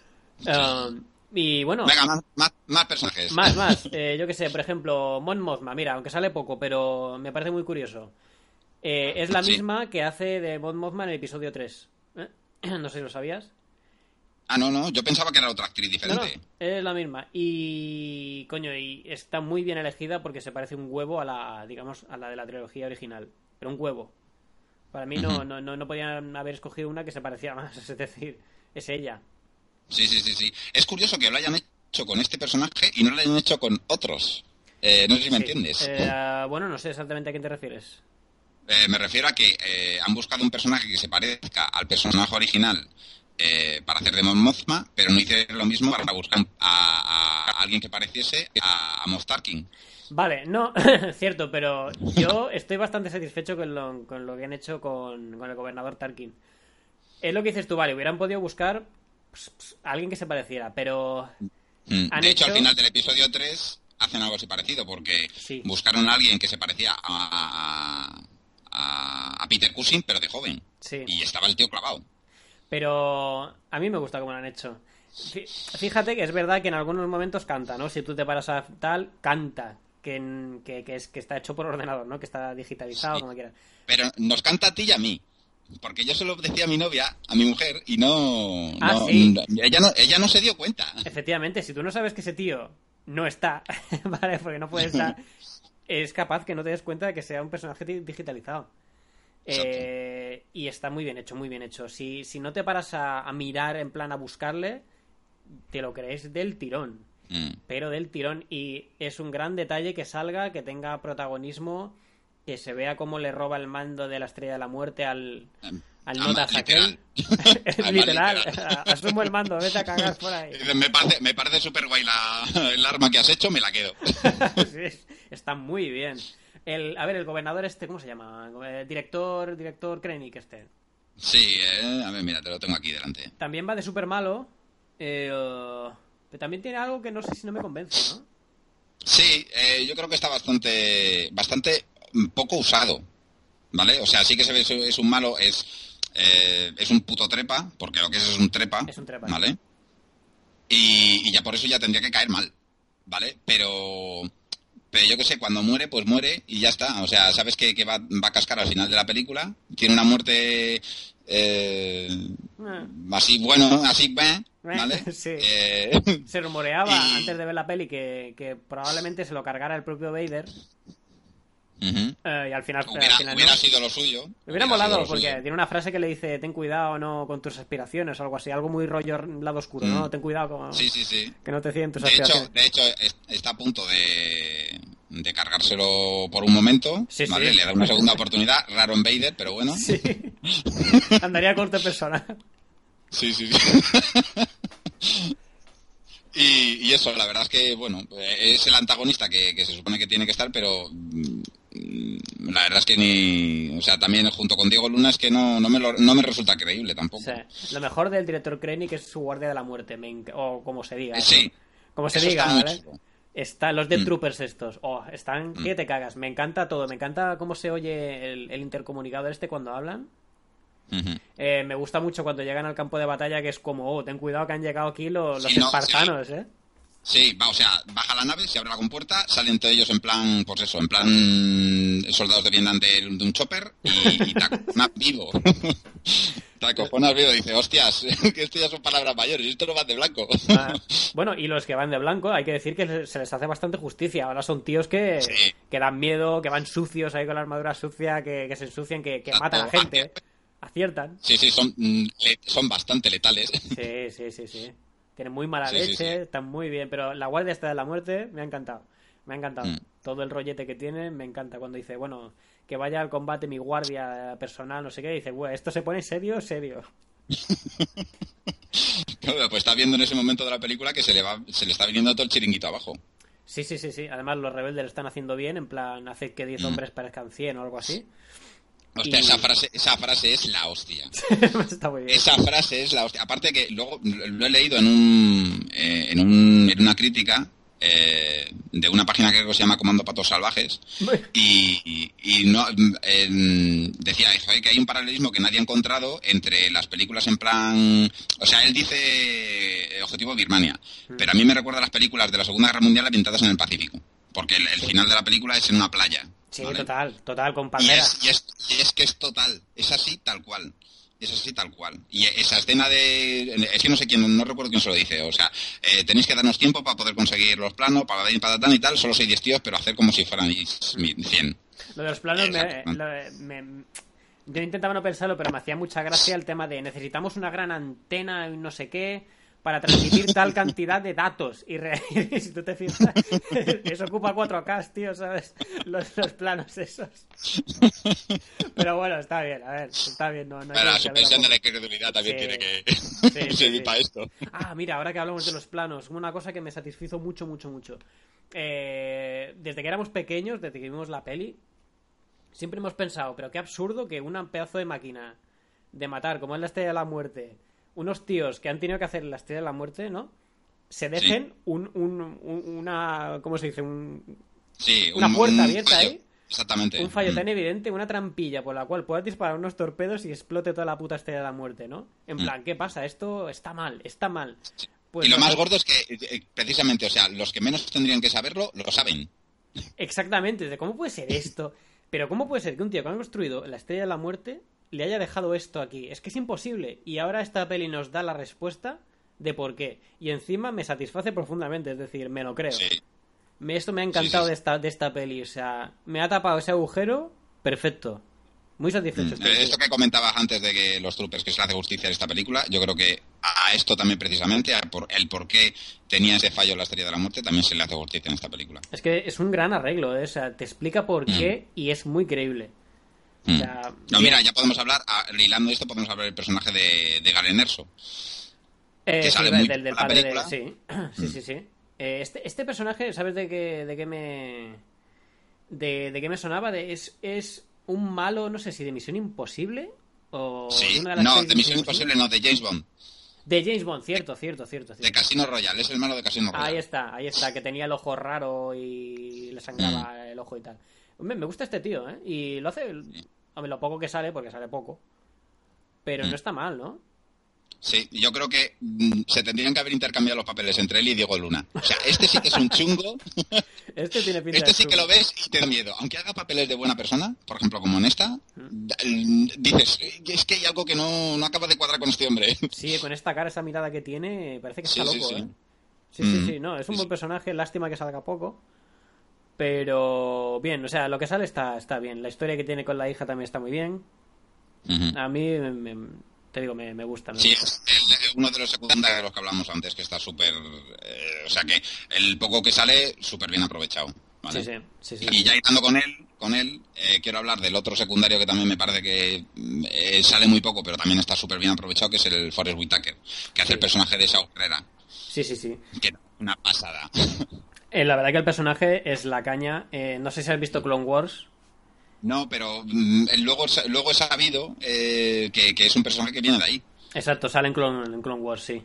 Y bueno... Venga, más personajes. Más. Yo qué sé, por ejemplo, Mon Mothma, mira, aunque sale poco, pero me parece muy curioso. Es la misma que hace de Mon Mothma en el episodio 3. No sé si lo sabías. No, yo pensaba que era otra actriz diferente. No, es la misma. Y, coño, y está muy bien elegida porque se parece un huevo a la de la trilogía original. Pero un huevo. Para mí no podían haber escogido una que se pareciera más, es decir, es ella. Sí. Es curioso que lo hayan hecho con este personaje y no lo hayan hecho con otros. No sé si me entiendes. Bueno, no sé exactamente a quién te refieres. Me refiero a que han buscado un personaje que se parezca al personaje original para hacer de Mon Mothma, pero no hicieron lo mismo para buscar a alguien que pareciese a Moff Tarkin. Vale, no, cierto, pero yo estoy bastante satisfecho con lo que han hecho con el gobernador Tarkin. Es lo que dices tú, vale, hubieran podido buscar a alguien que se pareciera, pero... De hecho, al final del episodio 3 hacen algo así parecido, porque buscaron a alguien que se parecía a Peter Cushing, pero de joven. Sí. Y estaba el tío clavado. Pero a mí me gusta cómo lo han hecho. Fíjate que es verdad que en algunos momentos canta, ¿no? Si tú te paras a tal, canta. Que está hecho por ordenador, ¿no? Que está digitalizado, como quieras. Pero nos canta a ti y a mí. Porque yo se lo decía a mi novia, a mi mujer, y ella no se dio cuenta. Efectivamente, si tú no sabes que ese tío no está, ¿vale? Porque no puede estar, es capaz que no te des cuenta de que sea un personaje digitalizado. Y está muy bien hecho, muy bien hecho. Si no te paras a mirar en plan a buscarle, te lo crees del tirón. Pero del tirón. Y es un gran detalle que salga, que tenga protagonismo, que se vea cómo le roba el mando de la Estrella de la Muerte al Nota Hakel. Es literal. Asumo el mando, vete a cagar por ahí. Me parece súper guay el arma que has hecho, me la quedo. Sí, está muy bien. El gobernador ¿cómo se llama? Director Krennic Sí, a ver, mira, te lo tengo aquí delante. También va de súper malo. Pero también tiene algo que no sé si no me convence, ¿no? Sí, yo creo que está bastante poco usado, ¿vale? O sea, sí que se ve, es un malo, es un puto trepa, porque lo que es un trepa, ¿vale? Y ya por eso ya tendría que caer mal, ¿vale? Pero yo que sé, cuando muere, pues muere y ya está. O sea, sabes que va a cascar al final de la película. Tiene una muerte así, bueno, así, ¿vale? Sí. Se rumoreaba antes de ver la peli que probablemente se lo cargara el propio Vader. Y al final hubiera sido lo suyo. Me hubiera molado porque tiene una frase que le dice: ten cuidado no con tus aspiraciones o algo así, algo muy rollo lado oscuro, ¿no? Ten cuidado con que no te cien tus aspiraciones. De hecho está a punto de cargárselo por un momento, ¿vale? Le da una segunda oportunidad, raro en Vader, pero bueno. Sí. Andaría corte personal. Sí. Y eso, la verdad es que, bueno, es el antagonista que se supone que tiene que estar, pero la verdad es que o sea, también junto con Diego Luna es que no me resulta creíble tampoco. Sí. Lo mejor del director Krennic es su guardia de la muerte, o como se diga. Sí. Como se diga, ¿vale? Están los Death Troopers estos. Están que te cagas. Me encanta todo. Me encanta cómo se oye el intercomunicador cuando hablan. Me gusta mucho cuando llegan al campo de batalla, que es como, ten cuidado que han llegado aquí los espartanos, Sí, o sea, baja la nave, se abre la compuerta, salen todos ellos en plan, pues eso, en plan soldados de Vietnam de un chopper y te acojonas vivo. Te acojonas vivo, dice, hostias, que esto ya son palabras mayores, esto no va de blanco. Bueno, y los que van de blanco, hay que decir que se les hace bastante justicia. Ahora son tíos que dan miedo, que van sucios ahí con la armadura sucia, que se ensucian, que matan a gente. Aciertan. Sí, son bastante letales. Sí. Tienen muy mala leche, están muy bien, pero la guardia de la muerte me ha encantado. Todo el rollete que tiene me encanta cuando dice, bueno, que vaya al combate mi guardia personal, no sé qué, y dice, bueno, esto se pone serio. Claro, pues está viendo en ese momento de la película que se le está viniendo todo el chiringuito abajo. Sí. Además los rebeldes lo están haciendo bien, en plan, hacer que 10 hombres parezcan 100 o algo así. Hostia, esa frase es la hostia. Está muy bien. Esa frase es la hostia. Aparte que luego lo he leído en una crítica de una página que creo que se llama Comando Patos Salvajes y no decía eso, que hay un paralelismo que nadie ha encontrado entre las películas en plan, o sea, él dice Objetivo Birmania, pero a mí me recuerda a las películas de la Segunda Guerra Mundial ambientadas en el Pacífico, porque el final de la película es en una playa. Sí, ¿vale? total, con palmeras. Y es que es total, es así tal cual. Y esa escena es que no sé quién, no recuerdo quién se lo dice, o sea, tenéis que darnos tiempo para poder conseguir los planos, para tan y tal, solo sois 10 tíos, pero hacer como si fueran 100. Lo de los planos yo intentaba no pensarlo, pero me hacía mucha gracia el tema de necesitamos una gran antena y no sé qué, para transmitir tal cantidad de datos. Y si tú te fijas, eso ocupa 4K, tío, ¿sabes? Los planos esos. Pero bueno, está bien, a ver, está bien. No pero la suspensión de la incredulidad también tiene que servir para esto. Ah, mira, ahora que hablamos de los planos, una cosa que me satisfizo mucho. Desde que éramos pequeños, desde que vimos la peli, siempre hemos pensado, pero qué absurdo que un pedazo de máquina de matar, como es la Estrella de la Muerte, unos tíos que han tenido que hacer la Estrella de la Muerte, ¿no? Se dejen una... ¿Cómo se dice? Una puerta abierta ahí. Exactamente. Un fallo tan evidente, una trampilla por la cual puedas disparar unos torpedos y explote toda la puta Estrella de la Muerte, ¿no? En plan, ¿qué pasa? Esto está mal. Sí. Pues y lo más gordo es que, precisamente, o sea, los que menos tendrían que saberlo, lo saben. Exactamente. ¿Cómo puede ser esto? Pero ¿cómo puede ser que un tío que ha construido la Estrella de la Muerte le haya dejado esto aquí? Es que es imposible. Y ahora esta peli nos da la respuesta de por qué. Y encima me satisface profundamente. Es decir, me lo creo. Sí. Esto me ha encantado de esta peli. O sea, me ha tapado ese agujero. Perfecto. Muy satisfecho. Esto que comentabas antes de que los troopers, que se le hace justicia a esta película, yo creo que a esto también precisamente, el por qué tenía ese fallo la Estrella de la Muerte, también se le hace justicia en esta película. Es que es un gran arreglo, ¿eh? O sea, te explica por qué y es muy creíble. O sea, no, mira, ya podemos hablar, hilando esto, podemos hablar del personaje de Galen Erso. Que sale muy del la padre película. Sí. Este personaje, ¿sabes de qué me sonaba? Es un malo, no sé si de Misión Imposible o Sí, una de las no, pelis de Misión Imposible no, de James Bond. De James Bond, cierto. De Casino Royale, es el malo de Casino Royale. Ahí está, que tenía el ojo raro y le sangraba el ojo y tal. Me gusta este tío, ¿eh? Y lo hace, hombre, lo poco que sale, porque sale poco. Pero no está mal, ¿no? Sí, yo creo que se tendrían que haber intercambiado los papeles entre él y Diego Luna. O sea, este sí que es un chungo. Este tiene pinta Este de sí que chungo. lo ves y te da miedo. Aunque haga papeles de buena persona, por ejemplo, como en esta, dices, es que hay algo que no acaba de cuadrar con este hombre. Sí, con esta cara, esa mirada que tiene, parece que está Sí, loco, sí. ¿eh? Sí, no, es un buen personaje, lástima que salga poco. Pero bien, o sea, lo que sale está bien. La historia que tiene con la hija también está muy bien. A mí, te digo, me gusta. Sí, es uno de los secundarios de los que hablamos antes, que está súper... o sea, que el poco que sale, súper bien aprovechado. ¿Vale? Sí. Y ya estando con él quiero hablar del otro secundario que también me parece que sale muy poco, pero también está súper bien aprovechado, que es el Forrest Whitaker, que hace el personaje de Saw Gerrera. Sí. Que una pasada. La verdad que el personaje es la caña. No sé si has visto Clone Wars. No, pero luego he sabido que es un personaje que viene de ahí. Exacto, sale en Clone Wars, sí.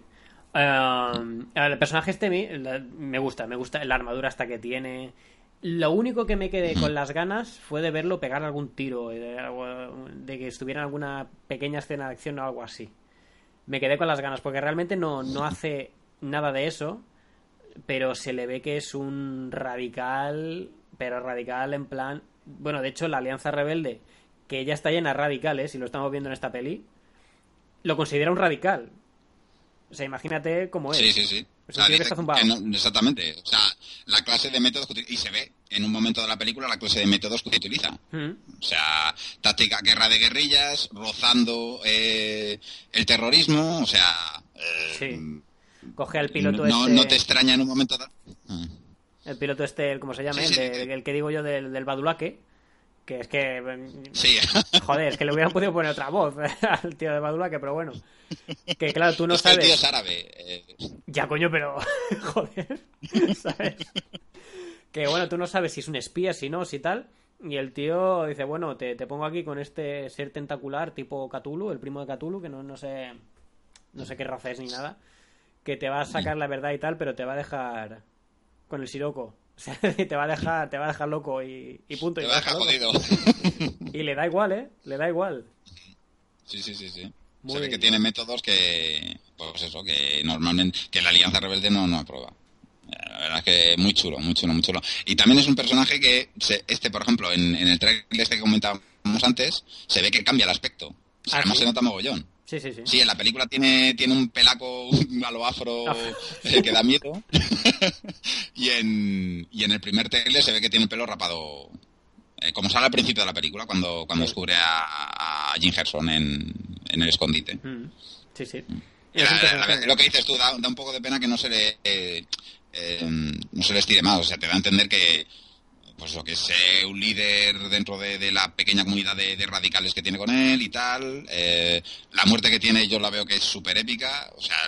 El personaje este me gusta la armadura hasta que tiene. Lo único que me quedé con las ganas fue de verlo pegar algún tiro, de que estuviera en alguna pequeña escena de acción o algo así. Me quedé con las ganas, porque realmente no hace nada de eso, pero se le ve que es un radical, pero radical en plan... Bueno, de hecho, la Alianza Rebelde, que ya está llena de radicales, y lo estamos viendo en esta peli, lo considera un radical. O sea, imagínate cómo es. Sí. Es un tío que está zumbado. Exactamente. O sea, la clase de métodos que utiliza, y se ve en un momento de la película la clase de métodos que utiliza. O sea, táctica guerra de guerrillas, rozando el terrorismo, o sea... sí. Coge al piloto no te extraña en un momento dado. El piloto ¿cómo se llama? Sí. El que digo yo del Badulaque. Que es que... Sí. Joder, es que le hubieran podido poner otra voz al tío de Badulaque, pero bueno. Que claro, tú no sabes... El tío es árabe. Ya, coño, pero... Joder, ¿sabes? Que bueno, tú no sabes si es un espía, si no, si tal... Y el tío dice, bueno, te pongo aquí con este ser tentacular tipo Cthulhu, el primo de Cthulhu, que no sé qué raza es ni nada, que te va a sacar la verdad y tal, pero te va a dejar con el siroco. O sea, te va a dejar loco y punto. Te va a dejar jodido. Y le da igual, ¿eh? Le da igual. Sí. Se ve que tiene métodos que, pues eso, que normalmente, que la Alianza Rebelde no aprueba. La verdad es que muy chulo. Y también es un personaje que, por ejemplo, en el trailer que comentábamos antes, se ve que cambia el aspecto. O sea, además se nota mogollón. Sí. Sí, en la película tiene un pelaco a lo afro que da miedo. y en el primer trailer se ve que tiene el pelo rapado. Como sale al principio de la película, cuando descubre a Jim Henson en el escondite. Sí. Lo que dices tú, da un poco de pena que no se le estire más. O sea, te da a entender que, pues lo que es un líder dentro de la pequeña comunidad de radicales que tiene con él y tal. La muerte que tiene yo la veo que es súper épica. O sea,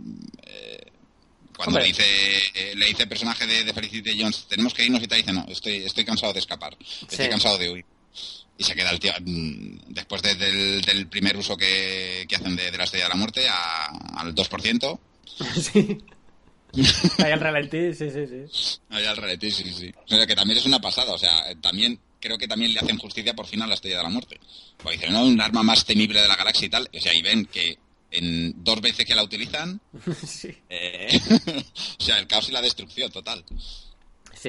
cuando le dice el personaje de Felicity Jones, tenemos que irnos y tal, dice, no, estoy cansado de escapar, estoy cansado de huir. Y se queda el tío, después del primer uso que hacen de la Estrella de la Muerte, al 2%. Sí. Ahí al ralentí, sí. Ahí al ralentí, sí. O sea, que también es una pasada, o sea, también creo que también le hacen justicia por fin a la Estrella de la Muerte. Porque dicen, no, un arma más temible de la galaxia y tal, o sea, y ven que en 2 veces que la utilizan, sí. O sea, el caos y la destrucción total. Sí.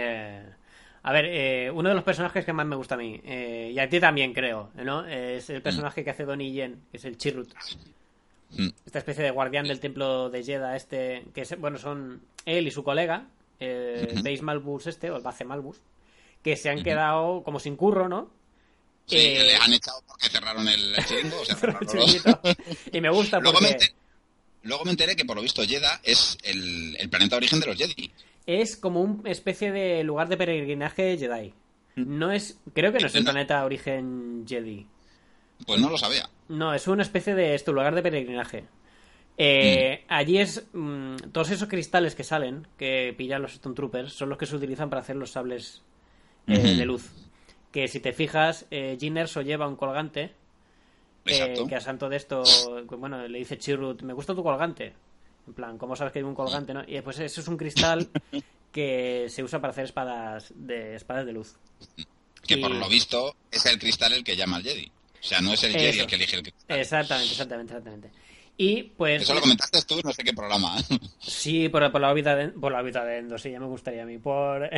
A ver, uno de los personajes que más me gusta a mí, y a ti también creo, ¿no? Es el personaje que hace Donnie Yen, que es el Chirrut. Esta especie de guardián del templo de Jedha que son él y su colega, Base Malbus o el Base Malbus, que se han quedado como sin curro, ¿no? Sí, le han echado porque cerraron el chiringo, o sea, y me gusta porque... Luego me enteré que por lo visto Jedha es el planeta de origen de los Jedi. Es como una especie de lugar de peregrinaje Jedi. Creo que no es el planeta origen Jedi. Pues no lo sabía. No, es una especie de lugar de peregrinaje. Allí es todos esos cristales que salen, que pillan los Stormtroopers, son los que se utilizan para hacer los sables de luz. Que si te fijas, Jyn Erso lleva un colgante que a santo de esto, bueno, le dice Chirrut, me gusta tu colgante. En plan, ¿cómo sabes que hay un colgante, no? Y pues eso es un cristal que se usa para hacer espadas de luz. Que por lo visto es el cristal el que llama al Jedi. O sea, no es el Jedi el que elige el cristal. Exactamente. Y pues... Eso lo comentaste tú, no sé qué programa. Sí, por la órbita de Endor, sí, ya me gustaría a mí. Por...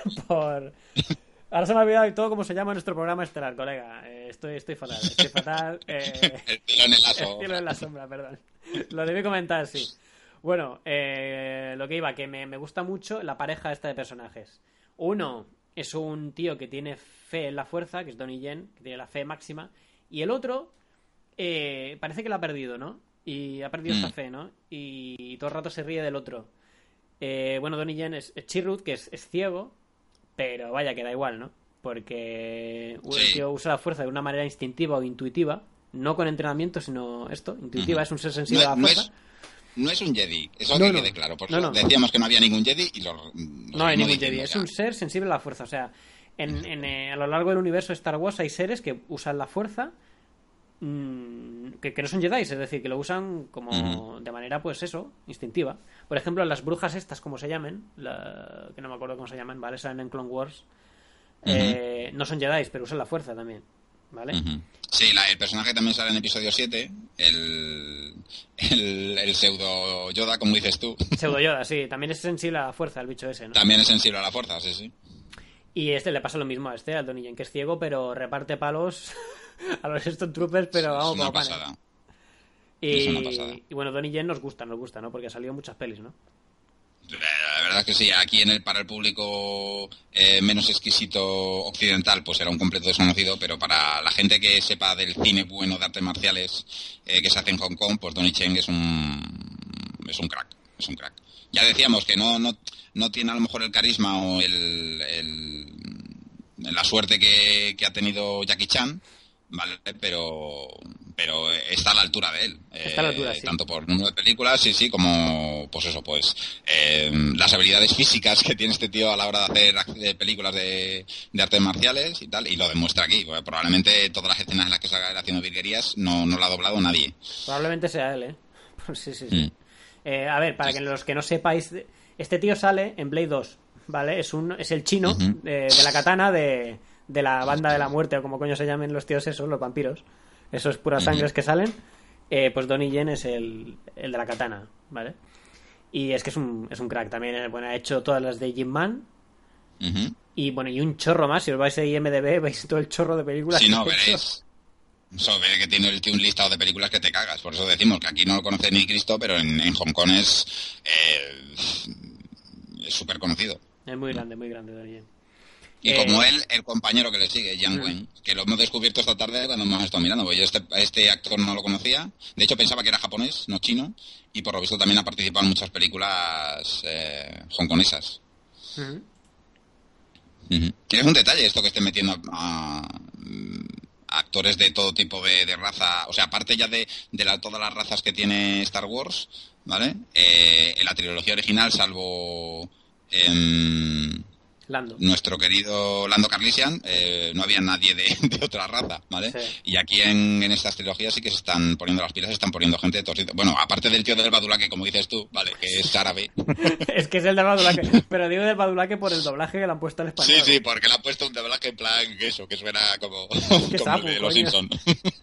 Ahora se me ha olvidado de todo cómo se llama nuestro programa estelar, colega. Estoy fatal. El cielo en la sombra, perdón. Lo debí comentar, sí. Bueno, lo que iba, que me gusta mucho la pareja esta de personajes. Uno es un tío que tiene fe en la fuerza, que es Donnie Yen, que tiene la fe máxima. Y el otro parece que la ha perdido, ¿no? Y ha perdido esta fe, ¿no? Y todo el rato se ríe del otro. Donnie Yen es Chirrut, que es ciego, pero vaya, que da igual, ¿no? Porque el tío usa la fuerza de una manera instintiva o intuitiva, no con entrenamiento, sino intuitiva, es un ser sensible a la fuerza. No es un Jedi, eso que quede claro, porque decíamos que no había ningún Jedi y no hay ningún Jedi, es un ser sensible a la fuerza, o sea, a lo largo del universo de Star Wars hay seres que usan la fuerza que no son Jedi, es decir, que lo usan como de manera, pues eso, instintiva. Por ejemplo, las brujas estas, como se llamen, que no me acuerdo cómo se llaman, ¿vale? Salen en Clone Wars. No son Jedi, pero usan la fuerza también, ¿vale? Sí, el personaje también sale en episodio 7, el pseudo Yoda, como dices tú. Pseudo Yoda, sí, también es sensible a la fuerza el bicho ese, ¿no? También es sensible a la fuerza, sí. Y le pasa lo mismo al Donnie Yen, que es ciego, pero reparte palos a los Stormtroopers, pero vamos, como pasada. Y bueno, Donnie Yen nos gusta, ¿no? Porque ha salido en muchas pelis, ¿no? La verdad es que sí, aquí para el público menos exquisito occidental, pues era un completo desconocido, pero para la gente que sepa del cine bueno de artes marciales que se hace en Hong Kong, pues Donnie Yen es un crack. Ya decíamos que no tiene a lo mejor el carisma o la suerte que ha tenido Jackie Chan, ¿vale? Pero está a la altura de él. Está a la altura, sí. Tanto por número de películas, sí, como las habilidades físicas que tiene este tío a la hora de hacer películas de artes marciales y tal, y lo demuestra aquí. Porque probablemente todas las escenas en las que salga él haciendo virguerías no lo ha doblado nadie. Probablemente sea él, ¿eh? Sí. A ver, para que los que no sepáis, este tío sale en Blade 2, ¿vale? Es el chino de la katana de la banda de la muerte, o como coño se llamen los tíos esos, los vampiros. Esos puras sangres que salen. Pues Donnie Yen es el de la katana, ¿vale? Y es que es un crack también. Bueno, ha hecho todas las de Jim Man. Y bueno, y un chorro más. Si os vais a IMDb, veis todo el chorro de películas. Si no, veréis. Eso ve que tiene un listado de películas que te cagas. Por eso decimos que aquí no lo conoce ni Cristo, pero en Hong Kong es súper conocido. Es muy grande Donnie Yen. Y como él, el compañero que le sigue, Yang Wen, que lo hemos descubierto esta tarde cuando hemos estado mirando, porque yo este actor no lo conocía. De hecho, pensaba que era japonés, no chino, y por lo visto también ha participado en muchas películas hongkonesas. Es un detalle esto que estén metiendo a actores de todo tipo de raza, o sea, aparte ya de todas las razas que tiene Star Wars, ¿vale? En la trilogía original, salvo Lando. Nuestro querido Lando Calrissian, no había nadie de otra raza, ¿vale? Sí. Y aquí en estas trilogías sí que se están poniendo las pilas, se están poniendo gente de todos sitios. Bueno, aparte del tío del Badulaque, como dices tú, ¿vale? Que es árabe. Es que es el del Badulaque, pero digo del Badulaque por el doblaje que le han puesto al español. Sí, porque le han puesto un doblaje en plan eso, que suena como, Que como sapo, el de Los coño. Simpsons.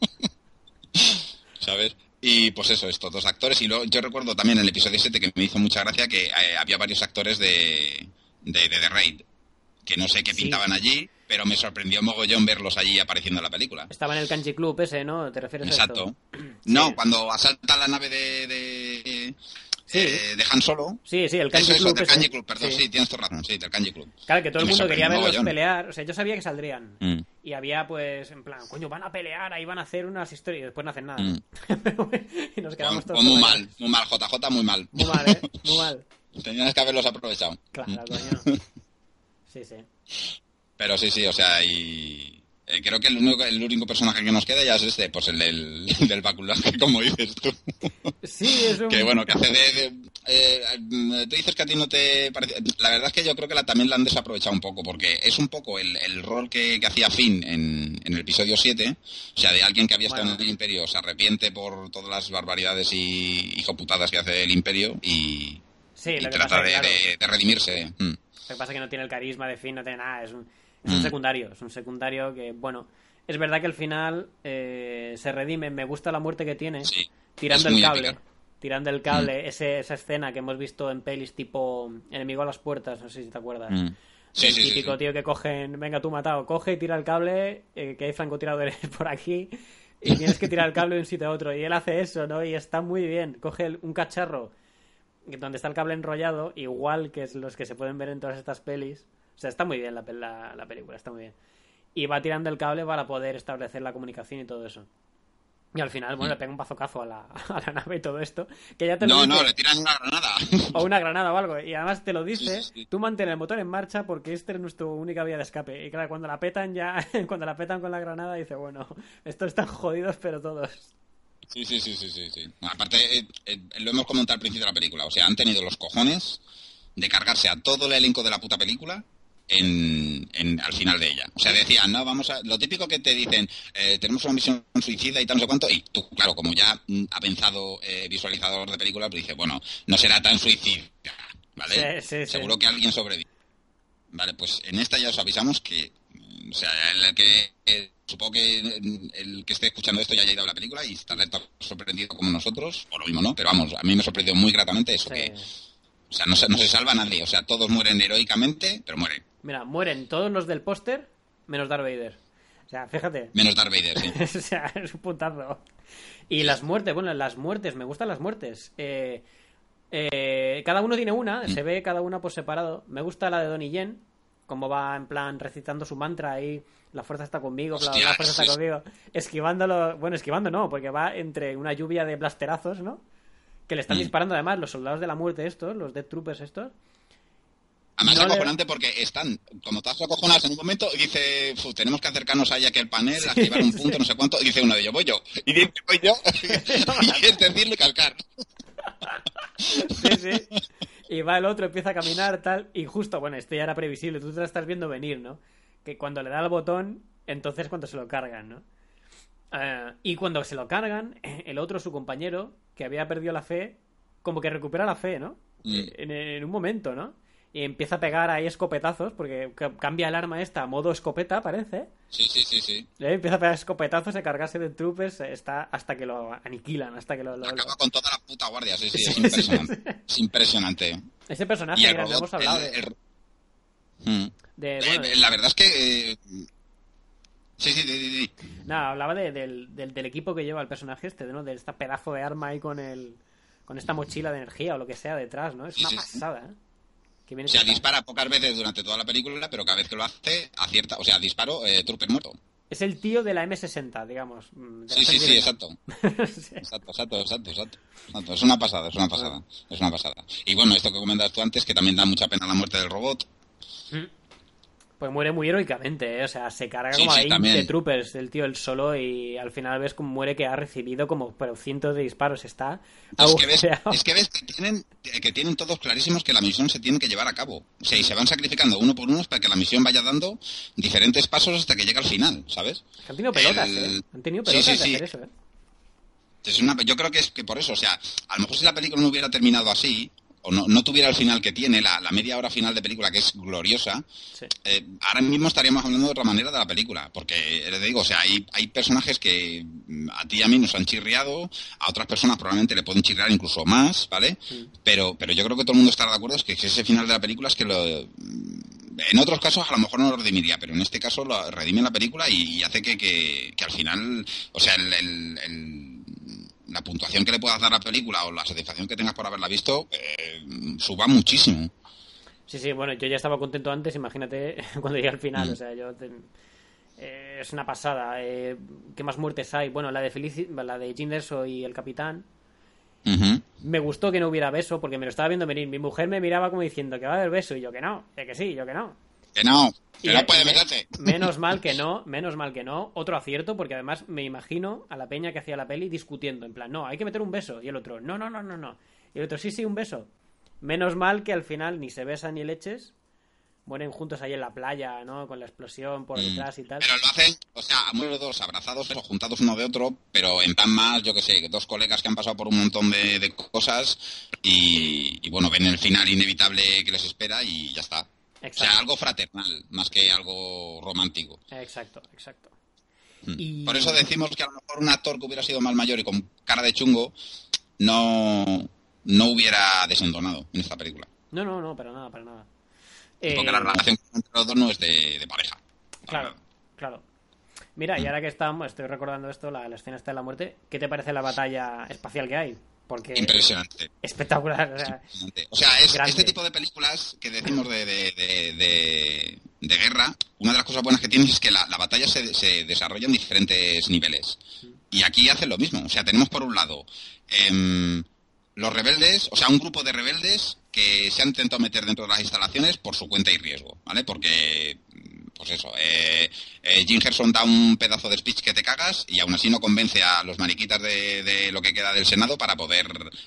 ¿Sabes? Y pues eso, estos dos actores. Y luego, yo recuerdo también en el episodio 7 que me hizo mucha gracia que había varios actores de The Raid, que no sé qué Sí. pintaban allí, pero me sorprendió mogollón verlos allí apareciendo en la película. Estaba en el Kanji Club ese, ¿no? ¿Te refieres a Exacto. esto? No, cuando asalta la nave de Han Solo. Sí, el Kanji Eso, Club del ese. Kanji Club, perdón, Sí. sí, tienes toda razón, sí, del Kanji Club. Claro, que todo el Me mundo quería sorprendió verlos mogollón. pelear. O sea, yo sabía que saldrían. Mm. Y había, pues, en plan, coño, van a pelear, ahí van a hacer unas historias. Y después no hacen nada. Mm. Y nos quedamos todos. Muy como- mal, JJ, muy mal. Muy mal, ¿eh? Muy mal. Tenías que haberlos aprovechado. Claro, coño. Sí. Pero sí, o sea, y creo que el único personaje que nos queda ya es este, pues el del baculaje, como dices tú. Sí, es un... Que bueno, que hace tú dices que a ti no te parece... La verdad es que yo creo que también la han desaprovechado un poco, porque es un poco el rol que hacía Finn en el episodio 7, o sea, de alguien que había estado en el Imperio, se arrepiente por todas las barbaridades y hijoputadas que hace el Imperio y Sí, lo que trata pasa es que, de redimirse. Lo que pasa es que no tiene el carisma de Finn, no tiene nada, es un secundario. Es un secundario que, bueno, es verdad que al final se redime. Me gusta la muerte que tiene, Sí, tirando es el muy cable. épica. Tirando el cable, esa escena que hemos visto en pelis tipo Enemigo a las puertas, no sé si te acuerdas. Sí, El sí, típico sí. tío que cogen, venga tú matado, coge y tira el cable, que hay francotiradores por aquí, y tienes que tirar el cable de un sitio a otro. Y él hace eso, ¿no? Y está muy bien. Coge un cacharro donde está el cable enrollado, igual que es los que se pueden ver en todas estas pelis. O sea, está muy bien la película, está muy bien. Y va tirando el cable para poder establecer la comunicación y todo eso. Y al final, bueno, le pega un bazocazo a la nave y todo esto. Que ya te lo No, dice. le tiran una granada. O una granada o algo. Y además te lo dice, Sí. tú mantén el motor en marcha porque esta es nuestra única vía de escape. Y claro, cuando la petan cuando la petan con la granada, dice, bueno, estos están jodidos, pero todos. Sí. Aparte, lo hemos comentado al principio de la película. O sea, han tenido los cojones de cargarse a todo el elenco de la puta película al final de ella. O sea, decían, no, vamos a... Lo típico que te dicen, tenemos una misión suicida y tal, no sé cuánto, y tú, claro, como ya avanzado visualizador de película, pues dices, bueno, no será tan suicida, ¿vale? Sí. Seguro que alguien sobrevive. Vale, pues en esta ya os avisamos que, o sea, supongo que el que esté escuchando esto ya haya ido a la película y estará tan sorprendido como nosotros, o lo mismo, ¿no? Pero vamos, a mí me sorprendió muy gratamente eso, Sí. que, o sea, no se salva nadie, o sea, todos mueren heroicamente, pero mueren. Mira, mueren todos los del póster, menos Darth Vader. O sea, fíjate. Menos Darth Vader, sí. O sea, es un puntazo. Y las muertes, me gustan las muertes. Cada uno tiene una, se ve cada una por separado. Me gusta la de Donnie Yen, como va en plan recitando su mantra ahí. La fuerza está conmigo, Hostia, la fuerza está sí. conmigo. Esquivándolo, bueno, esquivando no, porque va entre una lluvia de blasterazos, ¿no? Que le están disparando además los soldados de la muerte estos, los Death Troopers estos. Además No es le- acojonante porque están, como todas acojonadas en un momento, y dice, tenemos que acercarnos ahí a aquel panel, activar un punto, no sé cuánto, y dice uno de ellos, voy yo. Y dice, voy yo. Y es decirle calcar. Sí. Y va el otro, empieza a caminar, tal, y justo, bueno, este ya era previsible, tú te lo estás viendo venir, ¿no? Que cuando le da el botón, entonces cuando se lo cargan, ¿no? Y cuando se lo cargan, el otro, su compañero, que había perdido la fe, como que recupera la fe, ¿no? En un momento, ¿no? Y empieza a pegar ahí escopetazos, porque cambia el arma esta a modo escopeta, parece. Sí. Empieza a pegar escopetazos, a cargarse de troopers, hasta que lo aniquilan, hasta que lo... Acaba con toda la puta guardia, sí, es Sí, impresionante. sí. Es impresionante. Ese personaje, Y el mira, no robot, hemos hablado de la verdad es que... Sí. nada, hablaba del equipo que lleva el personaje este, ¿no? De esta pedazo de arma ahí con esta mochila de energía o lo que sea detrás, ¿no? Es una Sí. pasada, ¿eh? Qué bien O sea, está. dispara pocas veces durante toda la película, pero cada vez que lo hace, acierta. O sea, disparo, Trooper muerto. Es el tío de la M60, digamos. De la Sí, Fenrir. exacto. Sí. Exacto. Es una pasada. Y bueno, esto que comentabas tú antes, que también da mucha pena la muerte del robot. Pues muere muy heroicamente, ¿eh? O sea, se carga Sí, como a 20 también. troopers el tío él solo y al final ves como muere que ha recibido como pero cientos de disparos. Está agujereado. Es que ves que tienen todos clarísimos que la misión se tiene que llevar a cabo. O sea, y se van sacrificando uno por uno para que la misión vaya dando diferentes pasos hasta que llegue al final, ¿sabes? Han tenido pelotas, ¿eh? Han tenido pelotas de hacer eso, ¿eh? Yo creo que es que por eso, o sea, a lo mejor si la película no hubiera terminado así, o no tuviera el final que tiene, la media hora final de película que es gloriosa, Sí. ahora mismo estaríamos hablando de otra manera de la película, porque les digo, o sea, hay personajes que a ti y a mí nos han chirriado, a otras personas probablemente le pueden chirriar incluso más, ¿vale? Pero yo creo que todo el mundo estará de acuerdo es que ese final de la película es que en otros casos a lo mejor no lo redimiría, pero en este caso lo redime la película y hace que al final, o sea, la puntuación que le puedas dar a la película o la satisfacción que tengas por haberla visto suba muchísimo. Sí, bueno, yo ya estaba contento antes, imagínate cuando llegué al final, o sea, es una pasada. ¿Qué más muertes hay? Bueno, la de Jyn Erso y el capitán. Uh-huh. Me gustó que no hubiera beso porque me lo estaba viendo venir. Mi mujer me miraba como diciendo que va a haber beso y yo que no, que sí, yo que no. Que no puede me- besarse. Menos mal que no. Otro acierto, porque además me imagino a la peña que hacía la peli discutiendo, en plan, no, hay que meter un beso. Y el otro, no. Y el otro, sí, un beso. Menos mal que al final ni se besan ni leches. Mueren juntos ahí en la playa, ¿no? Con la explosión por detrás y tal. Pero lo hacen, o sea, mueren los dos abrazados o juntados uno de otro, pero en plan más, yo que sé, dos colegas que han pasado por un montón de cosas y bueno, ven el final inevitable que les espera y ya está. Exacto. O sea, algo fraternal, más que algo romántico. Exacto. Por eso decimos que a lo mejor un actor que hubiera sido más mayor y con cara de chungo no hubiera desentonado en esta película. No, para nada. Porque la relación entre los dos no es de pareja. Claro. Mira, y ahora que estoy recordando esto, la escena esta de la muerte, ¿qué te parece la batalla espacial que hay? Porque Impresionante. espectacular, o sea, O sea, es grande. este tipo de películas que decimos de guerra, una de las cosas buenas que tiene es que la batalla se desarrolla en diferentes niveles. Y aquí hacen lo mismo. O sea, tenemos por un lado los rebeldes, o sea, un grupo de rebeldes que se han intentado meter dentro de las instalaciones por su cuenta y riesgo, ¿vale? Porque, pues eso, Jim Henson da un pedazo de speech que te cagas y aún así no convence a los mariquitas de lo que queda del Senado para poder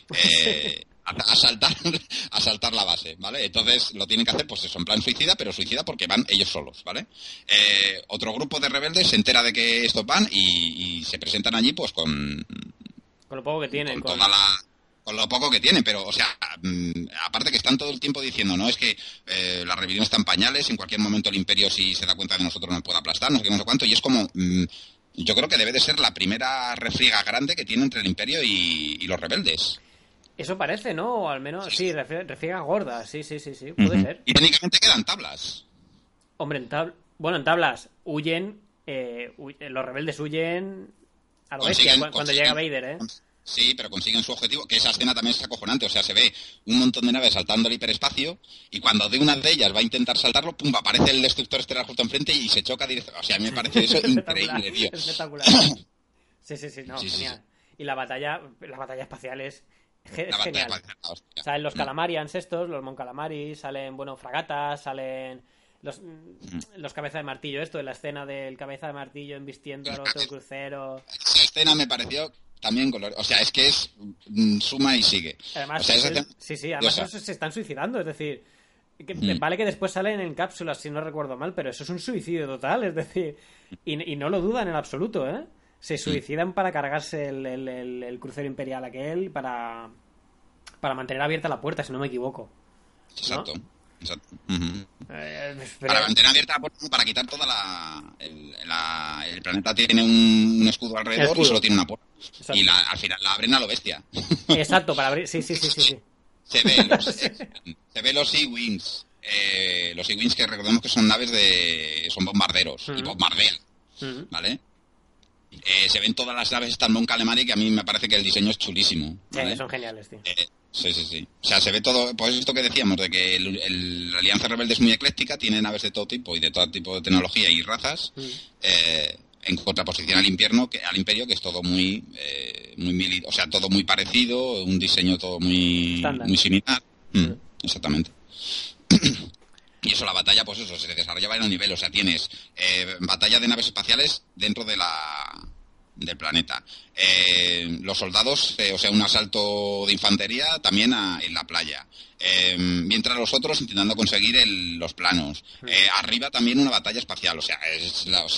asaltar la base, ¿vale? Entonces lo tienen que hacer, pues eso, en plan suicida, pero suicida porque van ellos solos, ¿vale? Otro grupo de rebeldes se entera de que estos van y se presentan allí, pues con con lo poco que tienen. con lo poco que tienen, pero, o sea, aparte que están todo el tiempo diciendo, no, es que la rebelión está en pañales, en cualquier momento el Imperio, si se da cuenta de nosotros, nos puede aplastar, no sé qué, no sé cuánto, y es como, yo creo que debe de ser la primera refriega grande que tiene entre el Imperio y los rebeldes. Eso parece, ¿no? O al menos, sí, refriega gorda, sí, puede ser. Y técnicamente quedan tablas. Hombre, en tablas huyen, los rebeldes huyen a lo bestia cuando llega Vader, ¿eh? Sí, pero consiguen su objetivo, que esa escena también es acojonante. O sea, se ve un montón de naves saltando el hiperespacio y cuando de una de ellas va a intentar saltarlo, pum, aparece el destructor estelar justo enfrente y se choca directamente. O sea, a mí me parece eso increíble, tío. Espectacular. Sí, no, Sí, genial. Y la batalla espacial es La batalla genial. espacial, hostia. Salen los calamarians estos, los Mon Calamari, salen, bueno, fragatas, salen los cabeza de martillo, esto, de la escena del cabeza de martillo embistiendo al otro crucero. Esa escena me pareció también color. O sea, es que es suma y sigue. Además, o sea, esa escena- además Diosa. se están suicidando, es decir, vale que después salen en cápsulas, si no recuerdo mal, pero eso es un suicidio total, es decir, y no lo dudan en absoluto, ¿eh? Se suicidan para cargarse el crucero imperial aquel, para mantener abierta la puerta, si no me equivoco. Exacto. ¿No? Exacto. Ujú. Pero- Para mantener abierta la puerta, para quitar toda el planeta tiene un escudo alrededor Escudo. y solo tiene una puerta. Exacto. Y al final la abren a lo bestia. Exacto, para abrir, sí. Se ve los E-Wings. Los E-Wings que recordemos que son naves son bombarderos y bombardean, ¿vale? Se ven todas las naves estas Mon Calamari, que a mí me parece que el diseño es chulísimo, ¿vale? Sí, son geniales, tío. Sí. O sea, se ve todo, pues esto que decíamos, de que la Alianza Rebelde es muy ecléctica, tiene naves de todo tipo y de todo tipo de tecnología y razas, en contraposición al Imperio, que es todo muy o sea, todo muy parecido, un diseño todo muy similar. Exactamente. Y eso, la batalla, pues eso, se desarrolla a varios niveles. O sea, tienes batalla de naves espaciales dentro del planeta. Los soldados, o sea, un asalto de infantería también en la playa. Mientras los otros intentando conseguir los planos. Arriba también una batalla espacial. O sea, el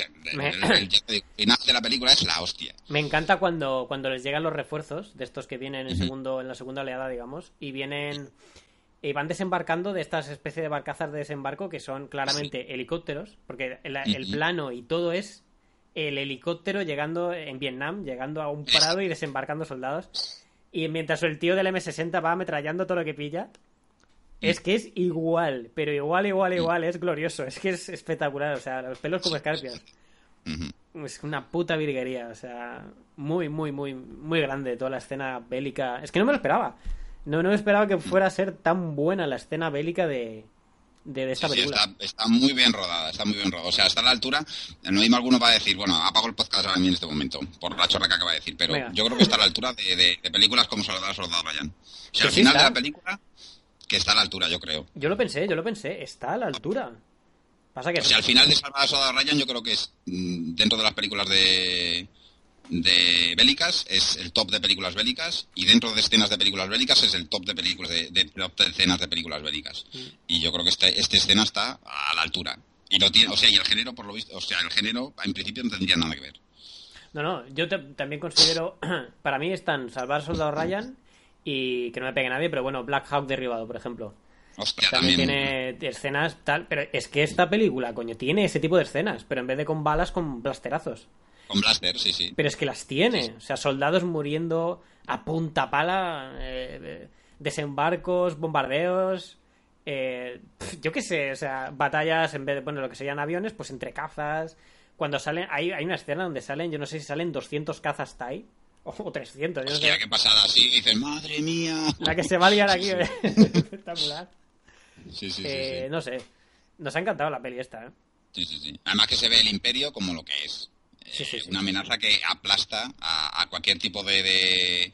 final de la película es la hostia. Me encanta cuando les llegan los refuerzos de estos que vienen en la segunda oleada, digamos, y vienen... Y van desembarcando de estas especies de barcazas de desembarco que son claramente helicópteros, porque el plano y todo es el helicóptero llegando en Vietnam, llegando a un parado y desembarcando soldados. Y mientras el tío del M60 va ametrallando todo lo que pilla, es que es igual, pero igual, es glorioso, es que es espectacular, o sea, los pelos como escarpias. Es una puta virguería, o sea, muy grande toda la escena bélica. Es que no me lo esperaba. No me esperaba que fuera a ser tan buena la escena bélica de esta película. Sí, está muy bien rodada, O sea, está a la altura. No mismo alguno va a decir, bueno, apago el podcast ahora mismo en este momento, por la chorra que acaba de decir, pero venga, yo creo que está a la altura de películas como Soldado Ryan. O sea, al final de la película, que está a la altura, yo creo. Yo lo pensé, está a la altura. Pasa que... O sea, al final de Soldado Ryan yo creo que es, dentro de las películas de bélicas, es el top de películas bélicas, y dentro de escenas de películas bélicas es el top de películas de escenas de películas bélicas. Y yo creo que esta escena está a la altura. Y no tiene, o sea, y el género, por lo visto, o sea, el género en principio no tendría nada que ver. No, yo también considero, para mí están Salvar Soldado Ryan y Que no me pegue nadie, pero bueno, Black Hawk Derribado, por ejemplo. Hostia, también tiene escenas tal, pero es que esta película, coño, tiene ese tipo de escenas, pero en vez de con balas, con blasterazos. Con blaster, sí. Pero es que las tiene. O sea, soldados muriendo a punta pala, desembarcos, bombardeos, yo qué sé, o sea, batallas en vez de, bueno, lo que serían aviones, pues entre cazas. Cuando salen, hay una escena donde salen, yo no sé si salen 200 cazas TIE o 300. Yo no Hostia, sé. qué pasada, sí. Y dices, madre mía. La que se va a liar aquí, espectacular. Sí. No sé. Nos ha encantado la peli esta, Sí. Además que se ve el Imperio como lo que es. Sí. Una amenaza que aplasta a cualquier tipo de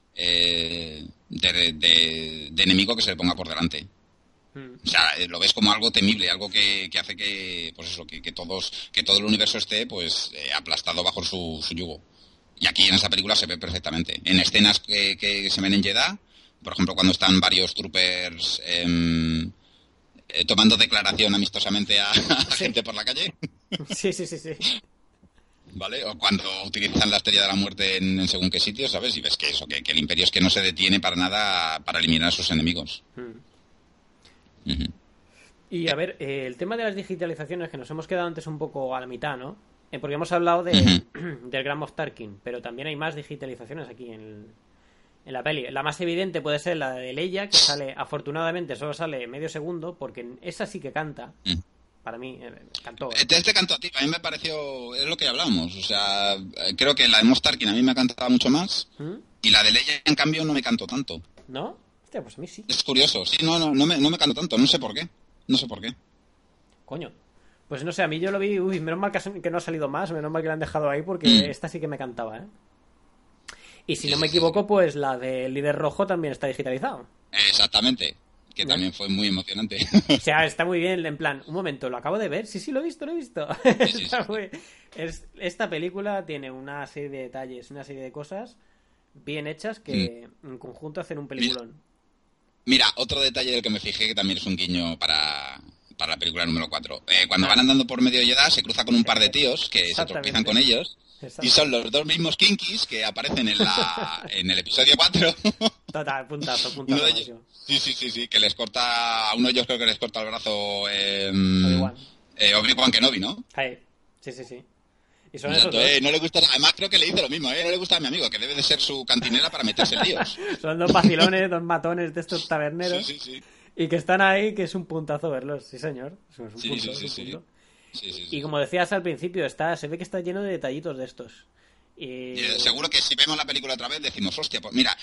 enemigo que se le ponga por delante. O sea, lo ves como algo temible, algo que hace que, pues eso, que todo el universo esté, pues, aplastado bajo su yugo. Y aquí en esta película se ve perfectamente. En escenas que se ven en Jeddah, por ejemplo, cuando están varios troopers tomando declaración amistosamente a gente por la calle. Sí. ¿Vale? O cuando utilizan la Estrella de la Muerte en según qué sitios, ¿sabes? Y ves que eso, que el Imperio es que no se detiene para nada para eliminar a sus enemigos. Y a ver, el tema de las digitalizaciones, que nos hemos quedado antes un poco a la mitad, ¿no? Porque hemos hablado del Grand Moff Tarkin, pero también hay más digitalizaciones aquí en la peli. La más evidente puede ser la de Leia, que sale, afortunadamente, solo sale medio segundo, porque esa sí que canta. Para mí, cantó. Este cantó a ti, a mí me pareció, es lo que hablábamos, o sea, creo que la de Moff Tarkin a mí me ha cantado mucho más, y la de Leia, en cambio, no me cantó tanto. ¿No? Hostia, pues a mí sí. Es curioso, sí, no me cantó tanto, no sé por qué. Coño. Pues no sé, a mí yo lo vi, menos mal que no ha salido más, menos mal que la han dejado ahí, porque esta sí que me cantaba, ¿eh? Y si no me equivoco, pues la del líder rojo también está digitalizado. Exactamente. Que también fue muy emocionante. O sea, está muy bien, en plan, un momento, lo acabo de ver, sí, lo he visto. Sí. Esta película tiene una serie de detalles, una serie de cosas bien hechas que en conjunto hacen un peliculón. Mira, otro detalle del que me fijé que también es un guiño para la película número 4. Cuando van andando por medio de Jeddah se cruza con un par de tíos que se tropiezan con ellos. Y son los dos mismos Kinkis que aparecen en el episodio 4. Total, puntazo. Uno de ellos, sí, que les corta, a uno de ellos creo que les corta el brazo Obi-Wan Kenobi, ¿no? Sí. Y son esos dos. No le gusta, además creo que le dice lo mismo, no le gusta a mi amigo, que debe de ser su cantinela para meterse en líos. Son dos vacilones, dos matones de estos taberneros. Sí. Y que están ahí, que es un puntazo verlos, sí señor. Es un punto. Sí. Y como decías al principio, se ve que está lleno de detallitos de estos. Y... Seguro que si vemos la película otra vez decimos, hostia, pues mira,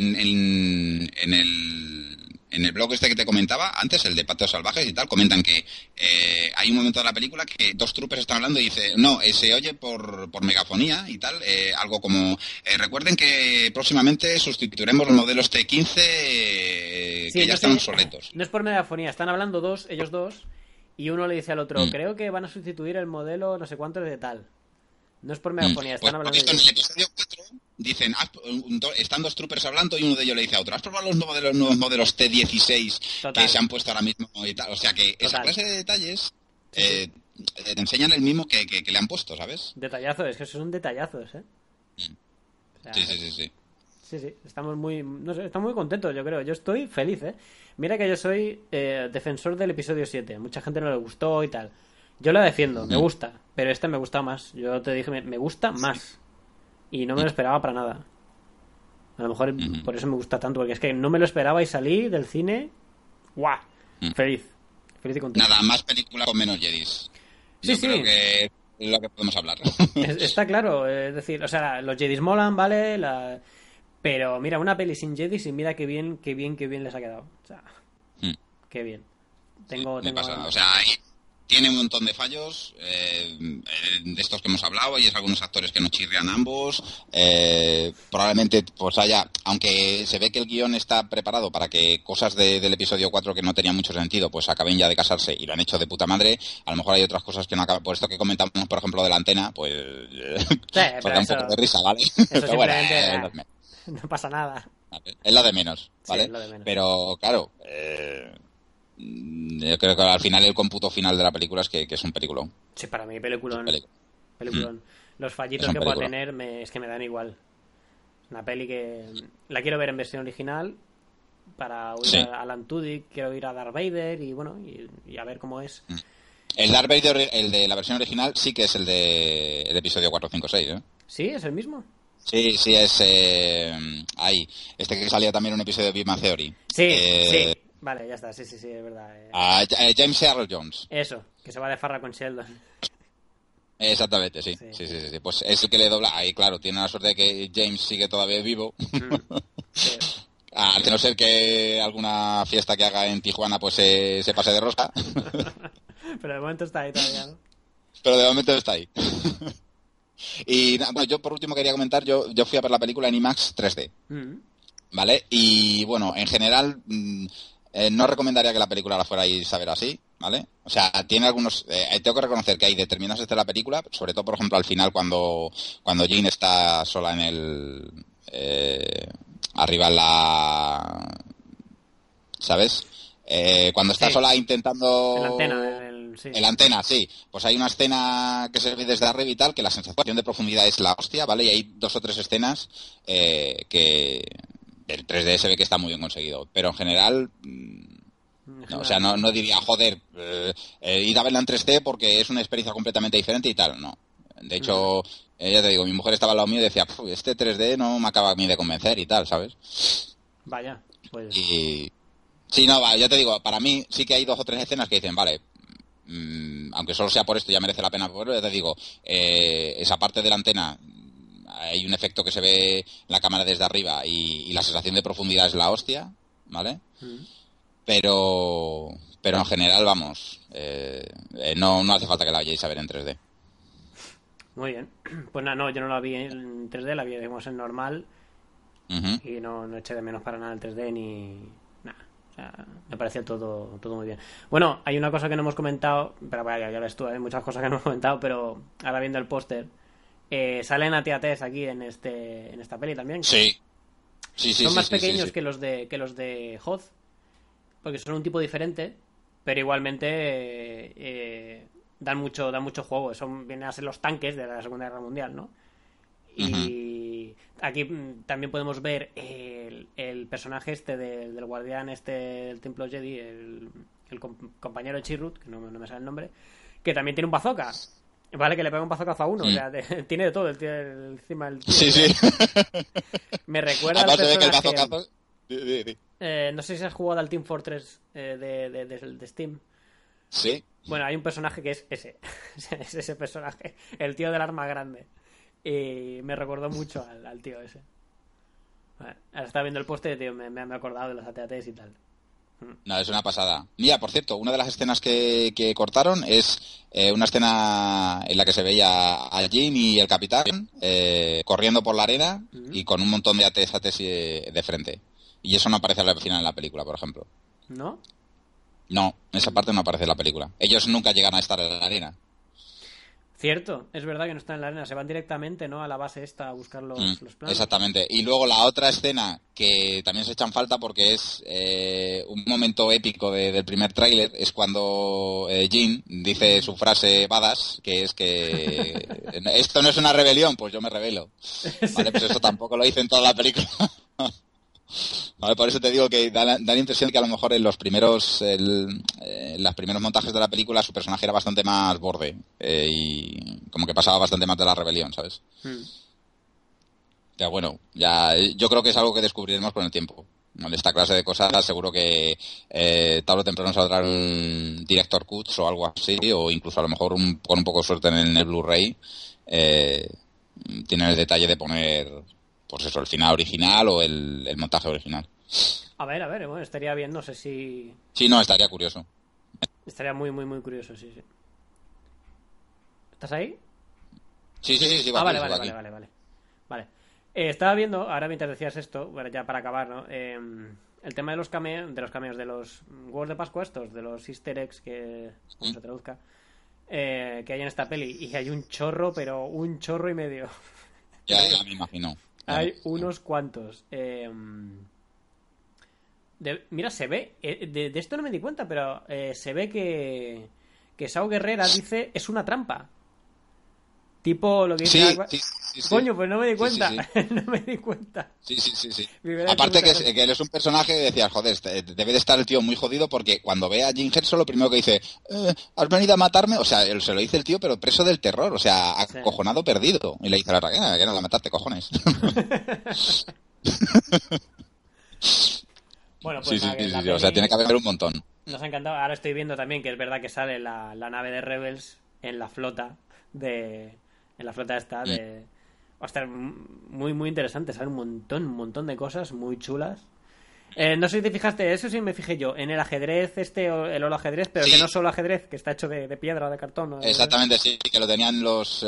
en el blog este que te comentaba antes, el de Pateos Salvajes y tal, comentan que hay un momento de la película que dos troopers están hablando y dice, no, se oye por megafonía y tal, algo como, recuerden que próximamente sustituiremos los modelos T15 que ya están obsoletos. No es por megafonía, están hablando ellos dos, y uno le dice al otro, creo que van a sustituir el modelo no sé cuánto de tal. No es por megafonía, están hablando en el episodio 4 dicen, están dos troopers hablando y uno de ellos le dice a otro, ¿has probado los nuevos modelos T16 que se han puesto ahora mismo y tal? O sea que esa clase de detalles te enseñan el mismo que le han puesto, ¿sabes? Detallazos, es que esos son detallazos, ¿eh? O sea, sí. Sí, estamos muy contentos, yo creo. Yo estoy feliz, ¿eh? Mira que yo soy defensor del episodio 7. Mucha gente no le gustó y tal. Yo la defiendo, me gusta, pero este me gusta más. Yo te dije, me gusta más. Y no me lo esperaba para nada. A lo mejor por eso me gusta tanto, porque es que no me lo esperaba y salí del cine. ¡Guau! Feliz y contento. Nada, más película con menos Jedis. Yo creo que es lo que podemos hablar. Está claro, es decir, o sea, los Jedis molan, ¿vale? Pero mira, una peli sin Jedis y mira qué bien les ha quedado. O sea, qué bien. Tengo... O sea, tiene un montón de fallos de estos que hemos hablado, y es algunos actores que no chirrian ambos. Probablemente pues haya, aunque se ve que el guión está preparado para que cosas del episodio 4 que no tenían mucho sentido pues acaben ya de casarse y lo han hecho de puta madre, a lo mejor hay otras cosas que no acaban. Por esto que comentamos, por ejemplo, de la antena, pues da un poco de risa, ¿vale? Pero bueno, no pasa nada. Es lo de menos, ¿vale? Sí, es lo de menos. Pero claro, yo creo que al final el cómputo final de la película es que es un peliculón. Sí, para mí peliculón. Los fallitos que pueda tener es que me dan igual. Es una peli que la quiero ver en versión original para oír a Alan Tudyk, quiero ir a Darth Vader y bueno, y a ver cómo es. El Darth Vader, el de la versión original, sí que es el de el episodio 4, 5, 6, ¿eh? ¿Sí? ¿Es el mismo? Sí, es ahí. Este que salía también en un episodio de Big Bang Theory. Sí. Vale, ya está, sí, es verdad. James Earl Jones. Eso, que se va de farra con Sheldon. Exactamente, sí. Pues es el que le dobla. Ahí, claro, tiene la suerte de que James sigue todavía vivo. Sí. A no ser que alguna fiesta que haga en Tijuana pues se pase de rosca. Pero de momento está ahí todavía, ¿no? Pero de momento está ahí. Y bueno, yo por último quería comentar, yo fui a ver la película en IMAX 3D. ¿Vale? Y bueno, en general no recomendaría que la película la fuerais a ver así, ¿vale? O sea, tiene algunos... tengo que reconocer que hay determinados de la película, sobre todo, por ejemplo, al final cuando Jean está sola en el... arriba en la... ¿sabes? Cuando está sola intentando... En la antena, en la antena, sí. Pues hay una escena que se ve desde arriba y tal, que la sensación de profundidad es la hostia, ¿vale? Y hay 2 o 3 escenas que... el 3D se ve que está muy bien conseguido, pero en general no, o sea, no diría, joder, ir a verla en 3D porque es una experiencia completamente diferente y tal, no. De hecho, ya te digo, mi mujer estaba al lado mío y decía, este 3D no me acaba a mí de convencer y tal, ¿sabes? Vaya, pues... Y... sí, no, ya te digo, para mí sí que hay 2 o 3 escenas que dicen, vale, aunque solo sea por esto ya merece la pena, pero ya te digo, esa parte de la antena... hay un efecto que se ve la cámara desde arriba y la sensación de profundidad es la hostia, ¿vale? Pero en general, vamos, no hace falta que la vayáis a ver en 3D. Muy bien. Pues nada, no, yo no la vi en 3D, la vi, digamos, en normal. Y no eché de menos para nada el 3D ni nada. O sea, me parecía todo muy bien. Bueno, hay una cosa que no hemos comentado, pero vaya, ya ves tú, hay muchas cosas que no hemos comentado, pero ahora viendo el póster... salen AT-ATs aquí en esta peli también. Sí. Son más pequeños que los de Hoth, porque son un tipo diferente, pero igualmente dan mucho juego. Vienen a ser los tanques de la Segunda Guerra Mundial, ¿no? Y aquí también podemos ver el personaje del guardián del Templo Jedi, el compañero de Chirrut, que no me sale el nombre, que también tiene un bazooka. Vale, que le pega un bazookazo a uno. O sea, tiene de todo encima el tío. Sí. Me recuerda al personaje... no sé si has jugado al Team Fortress de Steam. Sí. Bueno, hay un personaje que es ese. Es ese personaje. El tío del arma grande. y me recordó mucho al tío ese. Vale, ahora estaba viendo el póster, tío, me he acordado de los AT-ATs y tal. No, es una pasada. Mira, por cierto, una de las escenas que cortaron es una escena en la que se veía a Jean y el capitán corriendo por la arena y con un montón de AT-ATs de frente. Y eso no aparece al final en la película, por ejemplo. ¿No? No, esa parte no aparece en la película. Ellos nunca llegan a estar en la arena. Cierto, es verdad que no están en la arena, se van directamente, ¿no?, a la base esta a buscar los planos. Exactamente. Y luego la otra escena que también se echan falta porque es un momento épico del primer tráiler es cuando Jean dice su frase badass, que es que esto no es una rebelión, pues yo me rebelo. Vale, pues eso tampoco lo hice en toda la película. Vale, por eso te digo que da la impresión que a lo mejor en los primeros montajes de la película su personaje era bastante más borde y como que pasaba bastante más de la rebelión, ¿sabes? Pero bueno, ya yo creo que es algo que descubriremos con el tiempo. ¿Vale? Esta clase de cosas seguro que tarde o temprano saldrá el Director Cuts o algo así, o incluso a lo mejor con un poco de suerte en el Blu-ray tienen el detalle de poner, pues eso, el final original o el montaje original. A ver, bueno, estaría bien, no sé si... Sí, no, estaría curioso. Estaría muy, muy, muy curioso, sí. ¿Estás ahí? Sí, Vale. Estaba viendo, ahora mientras decías esto, bueno, ya para acabar, ¿no? El tema de los cameos, de los huevos de Pascua estos, de los easter eggs, que como se traduzca, que hay en esta peli, y hay un chorro, pero un chorro y medio. Ya me imagino. Hay unos cuantos. Mira, se ve, de esto no me di cuenta, pero se ve que Saw Gerrera dice es una trampa. Tipo lo que dice sí. Coño, pues no me di cuenta. Sí. No me di cuenta. Sí. Aparte que él es un personaje que decías, joder, debe de estar el tío muy jodido porque cuando ve a Jim Henson lo primero que dice, ¿has venido a matarme? O sea, se lo dice el tío, pero preso del terror, o sea, acojonado, perdido. Y le dice a la otra, que no la mataste, cojones. Bueno, pues sí. O sea, tiene que haber un montón. Nos ha encantado. Ahora estoy viendo también que es verdad que sale la nave de Rebels en la flota esta de... Va a estar muy, muy interesante. Sale un montón de cosas muy chulas. No sé si te fijaste, eso sí me fijé yo, en el ajedrez el holo ajedrez, pero que no solo ajedrez, que está hecho de piedra, de cartón, ¿no? Exactamente, sí, que lo tenían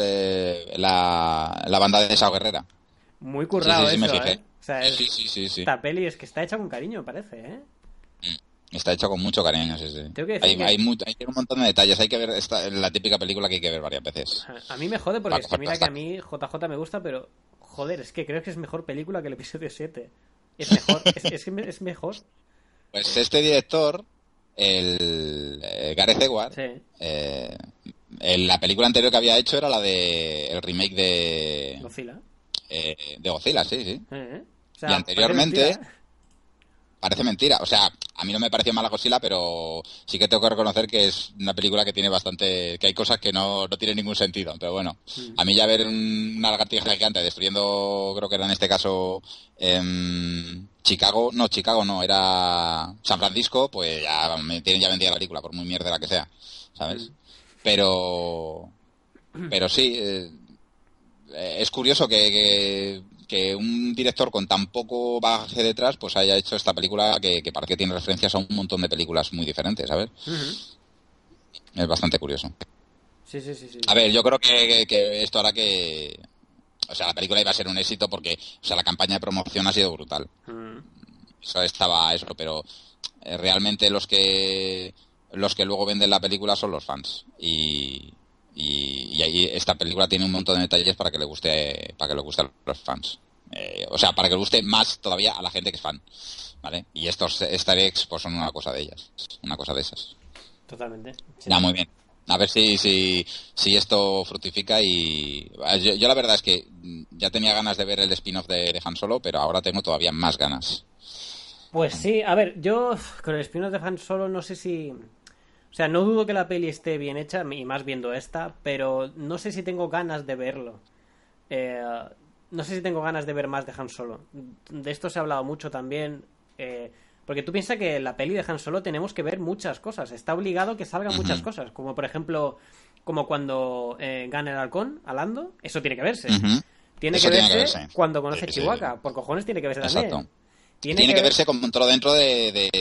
la banda de Saw Gerrera. Muy currado sí, eso, me fijé. O sea, sí. Esta peli es que está hecha con cariño, parece, ¿eh? Está hecho con mucho cariño, sí. Tengo que decir hay un montón de detalles. Hay que ver la típica película que hay que ver varias veces. A mí me jode porque mira que a mí JJ me gusta, pero joder, es que creo que es mejor película que el episodio 7. Es mejor, es mejor. Pues este director, el Gareth Edwards, la película anterior que había hecho era la de el remake de Godzilla. De Godzilla, sí. O sea, y anteriormente... Parece mentira. O sea, a mí no me pareció mala Godzilla, pero sí que tengo que reconocer que es una película que tiene bastante... que hay cosas que no tienen ningún sentido. Pero bueno, a mí ya ver una lagartija gigante destruyendo, creo que era en este caso Chicago no, era San Francisco, pues ya me tienen ya vendida la película, por muy mierda la que sea, ¿sabes? Pero sí, es curioso que un director con tan poco bagaje detrás pues haya hecho esta película que parece que tiene referencias a un montón de películas muy diferentes, ¿sabes? Es bastante curioso. Sí. A ver, yo creo que esto hará que... O sea, la película iba a ser un éxito porque, o sea, la campaña de promoción ha sido brutal. Pero realmente los que luego venden la película son los fans. Y ahí esta película tiene un montón de detalles para que le guste a los fans. O sea, para que le guste más todavía a la gente que es fan, ¿vale? Y estos easter eggs pues son una cosa de esas. Totalmente. Sí. Muy bien. A ver si esto fructifica y... Yo la verdad es que ya tenía ganas de ver el spin-off de Han Solo, pero ahora tengo todavía más ganas. Pues sí, a ver, yo con el spin-off de Han Solo no sé si... O sea, no dudo que la peli esté bien hecha, y más viendo esta, pero no sé si tengo ganas de verlo. No sé si tengo ganas de ver más de Han Solo. De esto se ha hablado mucho también, porque tú piensas que en la peli de Han Solo tenemos que ver muchas cosas. Está obligado que salgan muchas cosas, como por ejemplo como cuando gana el halcón a Lando, eso tiene que verse. Ujú. Tiene Eso que tiene verse que verse. cuando conoce Sí, sí. Chewbacca. Por cojones tiene que verse Exacto. también. Tiene que verse como entró dentro del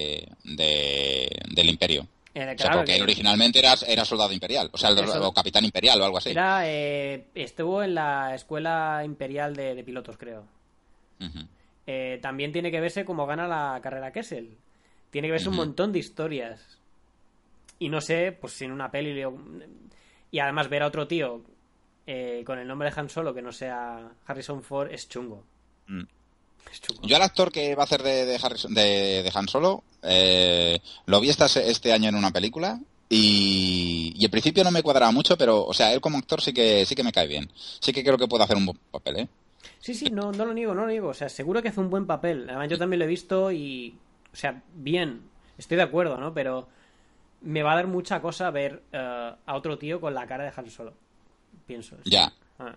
Imperio. O sea, Claro, porque él originalmente era soldado imperial, o sea, o capitán imperial o algo así. Estuvo en la escuela imperial de pilotos, creo. Ujú. También tiene que verse como gana la carrera Kessel. Tiene que verse un Ujú. montón de historias. Y no sé, pues si en una peli... Y además ver a otro tío con el nombre de Han Solo que no sea Harrison Ford es chungo. Mm. Es chungo. Yo al actor que va a hacer de Han Solo lo vi este año en una película y en principio no me cuadraba mucho, pero o sea, él como actor sí que me cae bien. Sí que creo que puede hacer un buen papel, ¿eh? Sí, no lo niego. O sea, seguro que hace un buen papel. Además, yo también lo he visto y... O sea, bien. Estoy de acuerdo, ¿no? Pero me va a dar mucha cosa ver a otro tío con la cara de Han Solo. Pienso. Ya. Ah.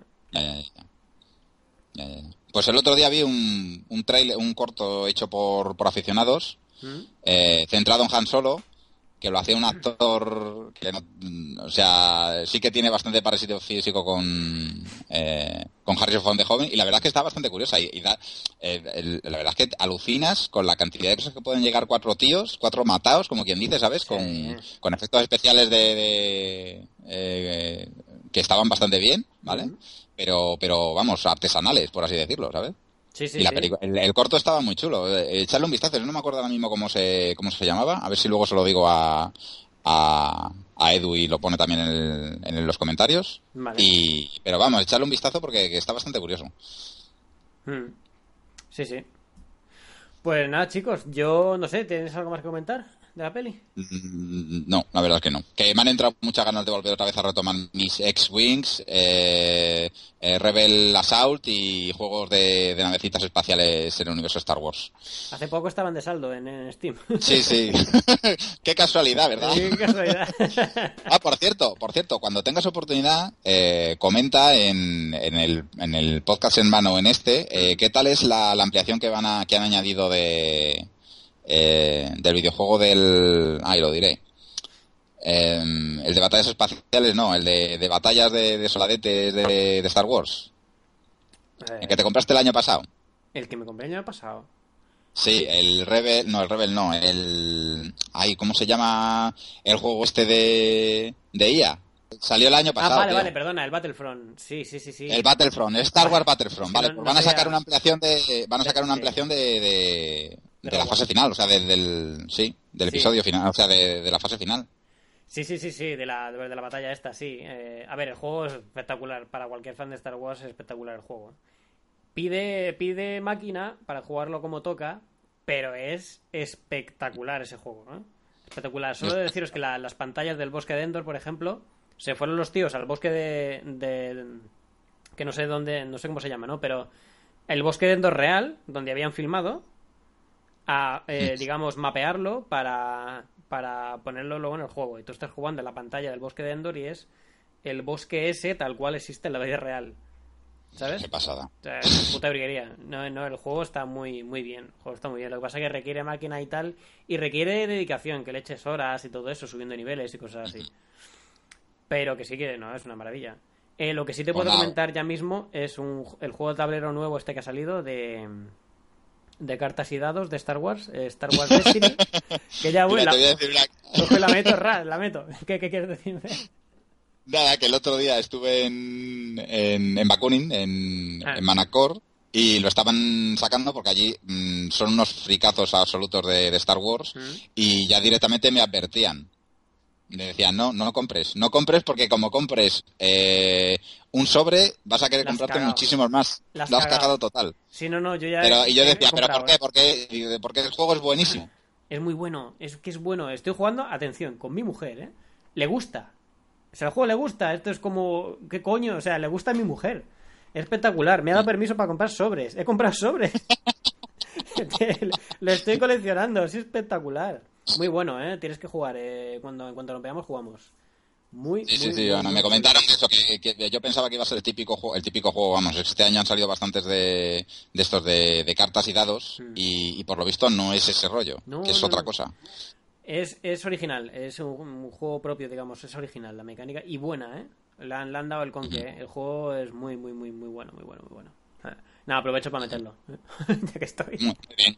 Ya. Pues el otro día vi un trailer, un corto hecho por aficionados, centrado en Han Solo, que lo hacía un actor que no, o sea, sí que tiene bastante parecido físico con Harrison Ford de joven, y la verdad es que está bastante curiosa la verdad es que alucinas con la cantidad de cosas que pueden llegar cuatro matados, como quien dice, ¿sabes? Sí. Con efectos especiales que estaban bastante bien, ¿vale? Pero vamos, artesanales, por así decirlo, ¿sabes? Sí. Y el corto estaba muy chulo. Echarle un vistazo, no me acuerdo ahora mismo cómo se llamaba. A ver si luego se lo digo a Edu y lo pone también en los comentarios. Vale. Pero vamos, echarle un vistazo porque está bastante curioso. Sí. Pues nada, chicos, yo no sé, ¿tienes algo más que comentar de la peli? No, la verdad es que no. Que me han entrado muchas ganas de volver otra vez a retomar mis X-Wings, Rebel Assault y juegos de navecitas espaciales en el universo Star Wars. Hace poco estaban de saldo en Steam. Sí. Qué casualidad, ¿verdad? Sí, qué casualidad. Por cierto, cuando tengas oportunidad, comenta en el podcast en mano qué tal es la ampliación que han añadido del videojuego lo diré. El de batallas espaciales, no, el de batallas de soladetes de Star Wars. El que te compraste el año pasado. El que me compré el año pasado. Sí, el Rebel no, ¿cómo se llama el juego de IA? Salió el año pasado. Vale, perdona, el Battlefront. Sí. El Battlefront, Star Wars Battlefront, Sí, vale, no pues van a sacar una ampliación de de la fase final, o sea, del episodio final, o sea, de la fase final. Sí, de la batalla esta, sí. A ver, el juego es espectacular. Para cualquier fan de Star Wars es espectacular el juego. Pide máquina para jugarlo como toca, pero es espectacular ese juego, ¿no? Espectacular. Solo de deciros que las pantallas del bosque de Endor, por ejemplo, se fueron los tíos al bosque de que no sé dónde, no sé cómo se llama, ¿no? Pero el bosque de Endor real, donde habían filmado, a, digamos, mapearlo para ponerlo luego en el juego. Y tú estás jugando en la pantalla del bosque de Endor y es el bosque ese tal cual existe en la vida real. ¿Sabes? Qué pasada. O sea, es puta briguería. No, el juego está muy bien. El juego está muy bien. Lo que pasa es que requiere máquina y tal. Y requiere dedicación, que le eches horas y todo eso, subiendo niveles y cosas así. Pero que sí que no, es una maravilla. Lo que sí te puedo comentar ya mismo es el juego de tablero nuevo que ha salido de cartas y dados de Star Wars Destiny. Que ya Mira, te voy a decir la meto. ¿Qué quieres decirme? Nada, que el otro día estuve en Bakunin, en Manacor, y lo estaban sacando porque allí son unos fricazos absolutos de Star Wars, y ya directamente me advertían. Me decían, no compres porque como compres un sobre, vas a querer comprarte muchísimos más. Lo has cagado total. Sí, no, yo ya... Y yo decía, ¿pero por qué? Porque el juego es buenísimo. Es muy bueno, es bueno. Estoy jugando, atención, con mi mujer, Le gusta. O sea, el juego le gusta. Esto es como... ¿Qué coño? O sea, le gusta a mi mujer. Es espectacular. Me ha dado permiso para comprar sobres. He comprado sobres. Lo estoy coleccionando. Es espectacular. Muy bueno, Tienes que jugar. En cuanto nos veamos, jugamos. Sí. Bueno, me comentaron eso, que yo pensaba que iba a ser el típico juego, vamos, este año han salido bastantes de estos de cartas y dados, y por lo visto no es ese rollo, que es otra cosa. Es original, es un juego propio, digamos, es original la mecánica y buena, ¿eh? Le han dado el conque, ¿eh? El juego es muy, muy, muy, muy bueno, muy bueno, muy bueno. Nada, aprovecho para meterlo, ya que estoy. Muy bien.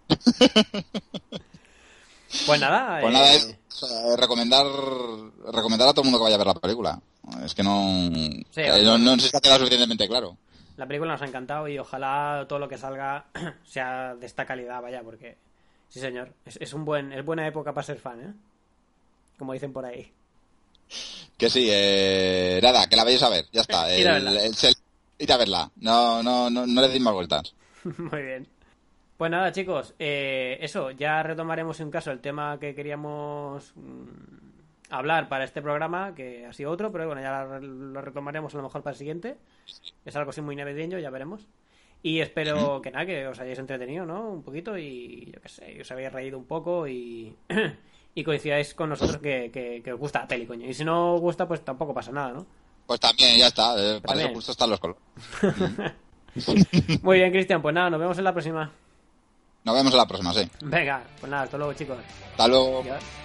Pues nada, es recomendar a todo el mundo que vaya a ver la película. Es que no no sé si ha quedado suficientemente claro. La película nos ha encantado y ojalá todo lo que salga sea de esta calidad, vaya, porque sí señor, es buena época para ser fan, ¿eh? Como dicen por ahí. Que sí, nada, que la vayáis a ver, ya está. Ir a verla. No le deis más vueltas. Muy bien. Pues nada, chicos, eso, ya retomaremos en un caso el tema que queríamos hablar para este programa, que ha sido otro, pero bueno, ya lo retomaremos a lo mejor para el siguiente. Es algo así muy navideño, ya veremos. Y espero que nada, que os hayáis entretenido, ¿no? Un poquito y yo qué sé, os habéis reído un poco y coincidáis con nosotros que os gusta la peli, coño. Y si no os gusta, pues tampoco pasa nada, ¿no? Pues también, ya está, para eso justo están los colores. Muy bien, Cristian, pues nada, nos vemos en la próxima. Nos vemos en la próxima, sí. Venga, pues nada, hasta luego, chicos. Hasta luego. Adiós.